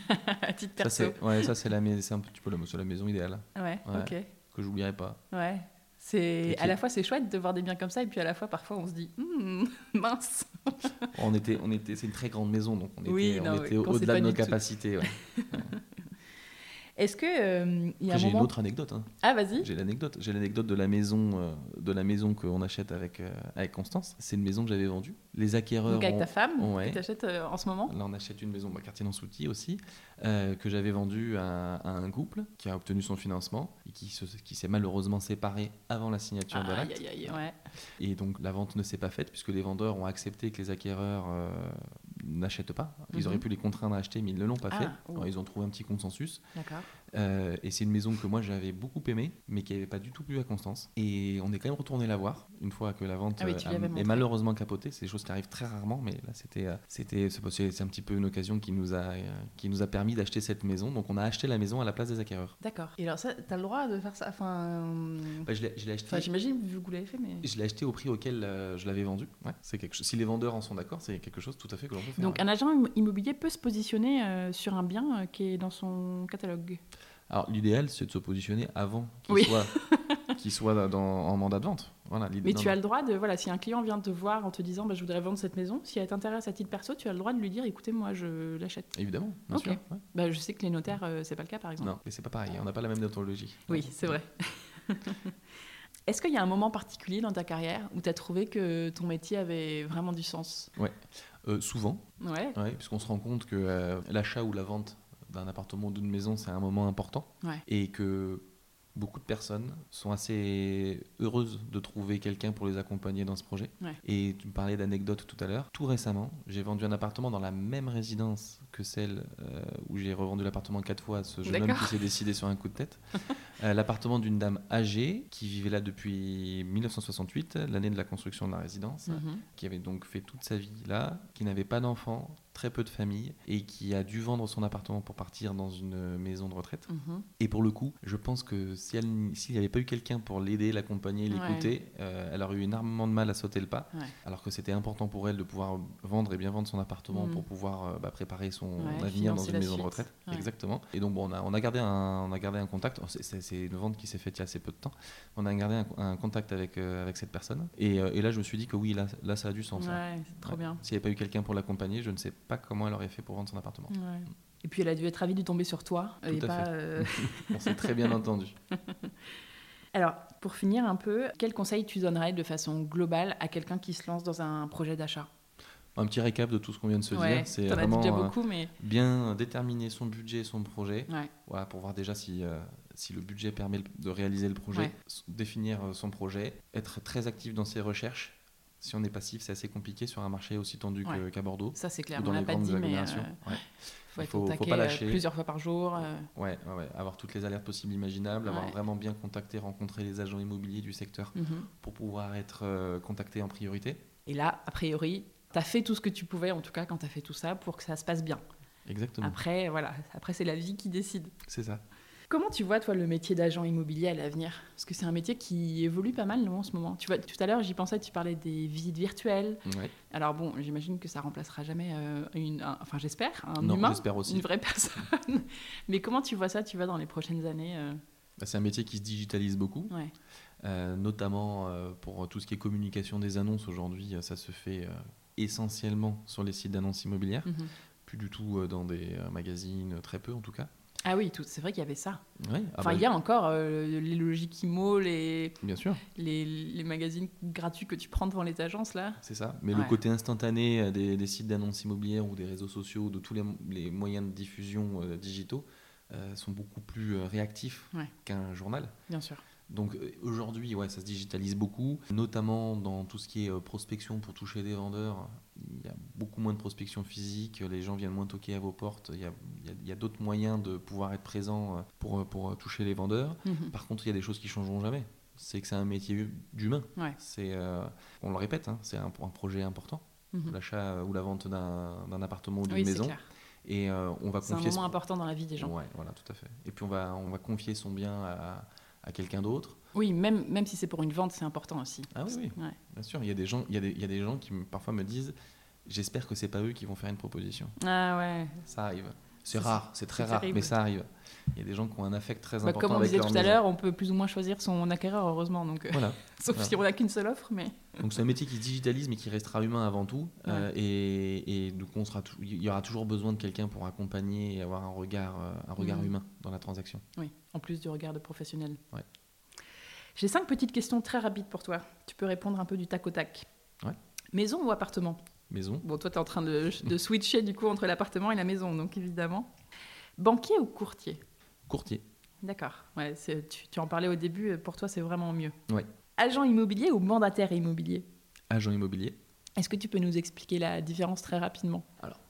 À titre Ça, perso. c'est, ouais, ça, c'est, la, mais- c'est un petit peu la, c'est la maison idéale, Ouais, Ouais. ok. que j'oublierai pas. Ouais. C'est Ok. à la fois c'est chouette de voir des biens comme ça et puis à la fois parfois on se dit Hmm, mince. On était, on était, c'est une très grande maison, donc on était, Oui, on non, était oui, qu'on sait au-delà pas de nos du tout. capacités. Ouais. Est-ce que euh, il y a un J'ai moment... une autre anecdote. Hein. Ah, vas-y. J'ai l'anecdote. J'ai l'anecdote de la maison, euh, de la maison qu'on achète avec euh, avec Constance. C'est une maison que j'avais vendue. Les acquéreurs. Donc avec ont... ta femme, ouais. que tu achètes euh, en ce moment. Là, on achète une maison, bah, quartier Nansouty aussi, euh, que j'avais vendue à, à un couple qui a obtenu son financement et qui, se, qui s'est malheureusement séparé avant la signature Ah, de l'acte. aïe, aïe, aïe, ouais. Et donc la vente ne s'est pas faite puisque les vendeurs ont accepté que les acquéreurs euh, n'achètent pas. Ils mm-hmm. auraient pu les contraindre à acheter, mais ils ne l'ont pas ah, fait. Alors, ils ont trouvé un petit consensus. D'accord. Euh, et c'est une maison que moi j'avais beaucoup aimée, mais qui n'avait pas du tout plu à Constance. Et on est quand même retourné la voir une fois que la vente ah oui, euh, est malheureusement capotée. C'est des choses qui arrivent très rarement, mais là c'était, euh, c'était, c'est, c'est un petit peu une occasion qui nous a, euh, qui nous a permis d'acheter cette maison. Donc on a acheté la maison à la place des acquéreurs. D'accord. Et alors ça, t'as le droit de faire ça enfin, euh... bah, je l'ai, je l'ai acheté. Enfin, j'imagine vu que vous l'avez fait, mais. Je l'ai acheté au prix auquel euh, je l'avais vendu. Ouais, c'est quelque chose. Si les vendeurs en sont d'accord, c'est quelque chose tout à fait que l'on peut faire. Donc ouais. un agent immobilier peut se positionner euh, sur un bien euh, qui est dans son catalogue. Alors l'idéal, c'est de se positionner avant qu'il oui. soit, qu'il soit dans, en mandat de vente. Voilà, mais tu non, as non. le droit de, voilà, si un client vient te voir en te disant bah, je voudrais vendre cette maison, si elle t'intéresse à titre perso, tu as le droit de lui dire écoutez, moi je l'achète. Évidemment, bien okay. sûr. Ouais. Bah, je sais que les notaires, euh, c'est pas le cas par exemple. Non, mais c'est pas pareil, on n'a pas la même déontologie. Oui, c'est vrai. Est-ce qu'il y a un moment particulier dans ta carrière où tu as trouvé que ton métier avait vraiment du sens ? Ouais, euh, souvent. Ouais. Ouais, puisqu'on se rend compte que euh, l'achat ou la vente d'un appartement ou d'une maison, c'est un moment important. Ouais. Et que beaucoup de personnes sont assez heureuses de trouver quelqu'un pour les accompagner dans ce projet. Ouais. Et tu me parlais d'anecdotes tout à l'heure. Tout récemment, j'ai vendu un appartement dans la même résidence que celle euh, où j'ai revendu l'appartement quatre fois à ce jeune D'accord. homme qui s'est décidé sur un coup de tête. euh, l'appartement d'une dame âgée qui vivait là depuis dix-neuf cent soixante-huit, l'année de la construction de la résidence, mm-hmm. qui avait donc fait toute sa vie là, qui n'avait pas d'enfants, très peu de famille, et qui a dû vendre son appartement pour partir dans une maison de retraite. Mm-hmm. Et pour le coup, je pense que si elle, s'il n'y avait pas eu quelqu'un pour l'aider, l'accompagner, l'écouter, ouais. euh, elle aurait eu énormément de mal à sauter le pas, ouais. alors que c'était important pour elle de pouvoir vendre et bien vendre son appartement mm. pour pouvoir euh, bah, préparer son ouais, avenir dans une maison suite. de retraite. Ouais. Exactement. Et donc bon, on a, on a gardé un, on a gardé un contact. C'est, c'est, c'est une vente qui s'est faite il y a assez peu de temps. On a gardé un, un contact avec euh, avec cette personne. Et, euh, et là, je me suis dit que oui, là, là, ça a du sens. Ouais, hein. c'est trop ouais. bien. S'il n'y avait pas eu quelqu'un pour l'accompagner, je ne sais pas comment elle aurait fait pour vendre son appartement. Ouais. Et puis elle a dû être ravie de tomber sur toi. Tout et à pas, fait. Euh... On s'est très bien entendu. Alors, pour finir un peu, quel conseil tu donnerais de façon globale à quelqu'un qui se lance dans un projet d'achat ? Un petit récap de tout ce qu'on vient de se ouais, dire. C'est t'en vraiment as dit déjà beaucoup, mais... bien déterminer son budget et son projet. Ouais. Voilà, pour voir déjà si, euh, si le budget permet de réaliser le projet. Ouais. Définir son projet. Être très actif dans ses recherches. Si on est passif, c'est assez compliqué sur un marché aussi tendu ouais. que, qu'à Bordeaux. Ça, c'est clair. Ou dans on les l'a pas grandes dit, mais agglomérations. euh... Ouais. faut Il être faut, au faut pas lâcher. plusieurs fois par jour. Euh... Ouais, ouais, ouais, avoir toutes les alertes possibles imaginables, ouais. avoir vraiment bien contacté, rencontré les agents immobiliers du secteur mm-hmm. pour pouvoir être euh, contacté en priorité. Et là, a priori, tu as fait tout ce que tu pouvais, en tout cas, quand tu as fait tout ça, pour que ça se passe bien. Exactement. Après, voilà, après c'est la vie qui décide. C'est ça. Comment tu vois, toi, le métier d'agent immobilier à l'avenir ? Parce que c'est un métier qui évolue pas mal, non, en ce moment. Tu vois, tout à l'heure, j'y pensais, tu parlais des visites virtuelles. Ouais. Alors bon, j'imagine que ça remplacera jamais euh, une... Un, enfin, j'espère, un non, humain, j'espère aussi. une vraie personne. Mais comment tu vois ça, tu vois, dans les prochaines années euh... bah, C'est un métier qui se digitalise beaucoup, ouais. euh, notamment euh, pour tout ce qui est communication des annonces. Aujourd'hui, ça se fait euh, essentiellement sur les sites d'annonces immobilières, mm-hmm. plus du tout euh, dans des euh, magazines, très peu en tout cas. Ah oui, tout, c'est vrai qu'il y avait ça. Oui, ah enfin, il bah, y a encore euh, les Logiques Immo, les, bien sûr. Les, les magazines gratuits que tu prends devant les agences, là. C'est ça. Mais ouais. le côté instantané des, des sites d'annonces immobilières ou des réseaux sociaux, de tous les, les moyens de diffusion euh, digitaux, euh, sont beaucoup plus euh, réactifs ouais. qu'un journal. Bien sûr. Donc euh, aujourd'hui, ouais, ça se digitalise beaucoup, notamment dans tout ce qui est euh, prospection pour toucher des vendeurs. Il y a beaucoup moins de prospection physique, les gens viennent moins toquer à vos portes. Il y a, il y a, il y a d'autres moyens de pouvoir être présent pour, pour toucher les vendeurs. Mm-hmm. Par contre, il y a des choses qui ne changeront jamais. C'est que c'est un métier d'humain. Ouais. C'est, euh, on le répète, hein, c'est un, un projet important, mm-hmm. l'achat ou la vente d'un, d'un appartement ou d'une oui, maison. C'est clair. Et euh, on va c'est confier un moment ce... important dans la vie des gens. Ouais, voilà, tout à fait. Et puis on va, on va confier son bien à, à quelqu'un d'autre. Oui, même, même si c'est pour une vente, c'est important aussi. Ah oui, oui. Ouais. Bien sûr. Il y a des gens, il y a des, il y a des gens qui parfois me disent, j'espère que c'est pas eux qui vont faire une proposition. Ah ouais. Ça arrive. C'est, c'est rare, c'est très c'est rare, terrible. Mais ça arrive. Il y a des gens qui ont un affect très bah, important comme on avec disait leur tout à maison. l'heure, on peut plus ou moins choisir son acquéreur, heureusement. Donc, euh, Voilà. sauf voilà. si on n'a qu'une seule offre. Mais... Donc c'est un métier qui se digitalise mais qui restera humain avant tout. Ouais. Euh, et, et donc on sera tout, il y aura toujours besoin de quelqu'un pour accompagner et avoir un regard, euh, un regard mmh. humain dans la transaction. Oui, en plus du regard de professionnel. Ouais. J'ai cinq petites questions très rapides pour toi. Tu peux répondre un peu du tac au tac. Ouais. Maison ou appartement ? Maison. Bon, toi, tu es en train de, de switcher du coup entre l'appartement et la maison, donc évidemment. Banquier ou courtier ? Courtier. D'accord. Ouais, c'est, tu, tu en parlais au début, pour toi, c'est vraiment mieux. Ouais. Agent immobilier ou mandataire immobilier ? Agent immobilier. Est-ce que tu peux nous expliquer la différence très rapidement ? Alors,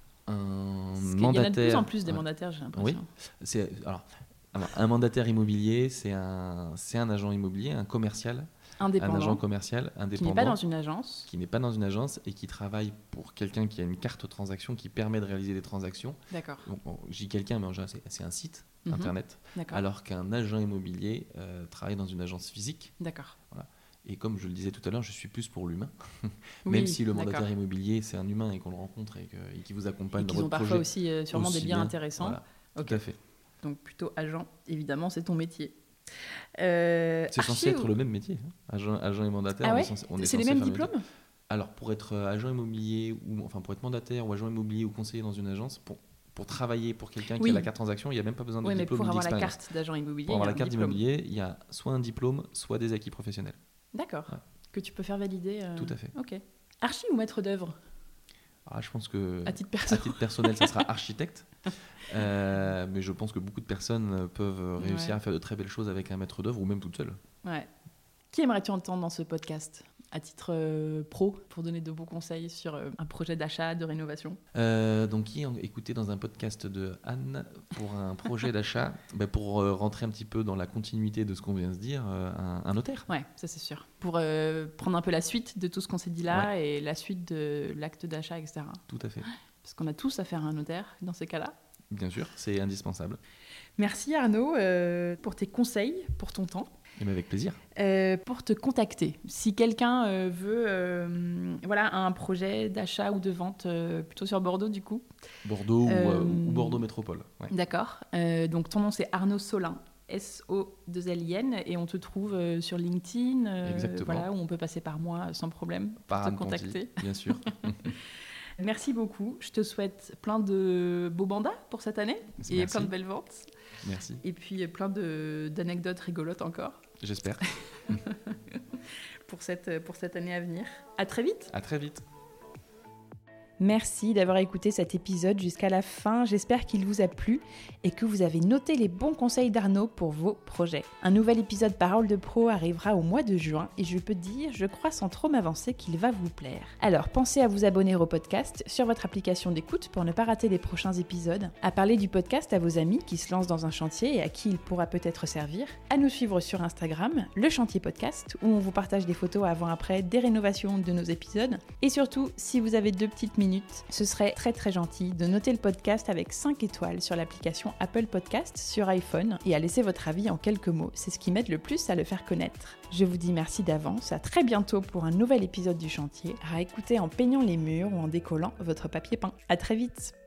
un Parce qu'il mandataire. y en a de plus en plus des ouais. mandataires, j'ai l'impression. Oui. C'est, alors, alors, un mandataire immobilier, c'est un, c'est un agent immobilier, un commercial. Indépendant. Un agent commercial indépendant. Qui n'est pas dans une agence. Qui n'est pas dans une agence et qui travaille pour quelqu'un qui a une carte transaction qui permet de réaliser des transactions. D'accord. Donc, bon, j'ai quelqu'un, mais en général, c'est, c'est un site Mm-hmm. internet. D'accord. Alors qu'un agent immobilier euh, travaille dans une agence physique. D'accord. Voilà. Et comme je le disais tout à l'heure, je suis plus pour l'humain. Oui, Même si le mandataire d'accord. immobilier, c'est un humain et qu'on le rencontre et, que, et qui vous accompagne Et dans qu'ils ont votre parfois projet. aussi euh, sûrement aussi des biens bien. intéressants. Voilà. Okay. Tout à fait. Donc plutôt agent, évidemment, c'est ton métier. Euh, c'est censé être ou... le même métier. Hein. Agent, agent et mandataire. Ah ouais on est censé, on est c'est censé les mêmes diplômes métier. Alors, pour être agent immobilier, ou enfin pour être mandataire ou agent immobilier ou conseiller dans une agence, pour, pour travailler pour quelqu'un oui. qui a la carte transaction, il n'y a même pas besoin de oui, diplôme. Mais pour ni avoir la carte d'agent immobilier, pour avoir la carte diplôme. d'immobilier, il y a soit un diplôme, soit des acquis professionnels. D'accord. Ouais. Que tu peux faire valider. Euh... Tout à fait. Ok. Archi ou maître d'œuvre ? Ah, je pense que à titre personnel, à titre personnel ça sera architecte. Euh, mais je pense que beaucoup de personnes peuvent réussir ouais. à faire de très belles choses avec un maître d'œuvre ou même toute seule. Ouais. Qui aimerais-tu entendre dans ce podcast à titre euh, pro pour donner de bons conseils sur euh, un projet d'achat, de rénovation ? euh, Donc qui a écouté dans un podcast de Anne pour un projet d'achat, bah pour euh, rentrer un petit peu dans la continuité de ce qu'on vient de se dire, euh, un, un notaire. Ouais, ça c'est sûr. Pour euh, prendre un peu la suite de tout ce qu'on s'est dit là ouais. et la suite de l'acte d'achat, et cetera. Tout à fait. Parce qu'on a tous affaire à un notaire dans ces cas-là. Bien sûr, c'est indispensable. Merci Arnaud euh, pour tes conseils, pour ton temps. Et bien avec plaisir. Euh, pour te contacter, si quelqu'un euh, veut euh, voilà, un projet d'achat ou de vente, euh, plutôt sur Bordeaux du coup. Bordeaux euh, ou, ou Bordeaux Métropole. Ouais. D'accord. Euh, donc ton nom c'est Arnaud Solin, S O deux L I N, et on te trouve euh, sur LinkedIn, euh, Exactement. voilà, où on peut passer par moi sans problème pour par te Anne contacter. Ponty, bien sûr. Merci beaucoup. Je te souhaite plein de beaux mandats pour cette année. Merci. Et plein de belles ventes. Merci. Et puis plein de, d'anecdotes rigolotes encore. J'espère. pour, cette, pour cette année à venir. À très vite. À très vite. Merci d'avoir écouté cet épisode jusqu'à la fin. J'espère qu'il vous a plu et que vous avez noté les bons conseils d'Arnaud pour vos projets. Un nouvel épisode Parole de Pro arrivera au mois de juin et je peux dire, je crois sans trop m'avancer, qu'il va vous plaire. Alors pensez à vous abonner au podcast sur votre application d'écoute pour ne pas rater les prochains épisodes, à parler du podcast à vos amis qui se lancent dans un chantier et à qui il pourra peut-être servir, à nous suivre sur Instagram, le Chantier Podcast, où on vous partage des photos avant-après des rénovations de nos épisodes. Et surtout, si vous avez deux petites minutes, ce serait très très gentil de noter le podcast avec cinq étoiles sur l'application Apple Podcast sur iPhone et à laisser votre avis en quelques mots, c'est ce qui m'aide le plus à le faire connaître. Je vous dis merci d'avance, à très bientôt pour un nouvel épisode du chantier, à écouter en peignant les murs ou en décollant votre papier peint. À très vite.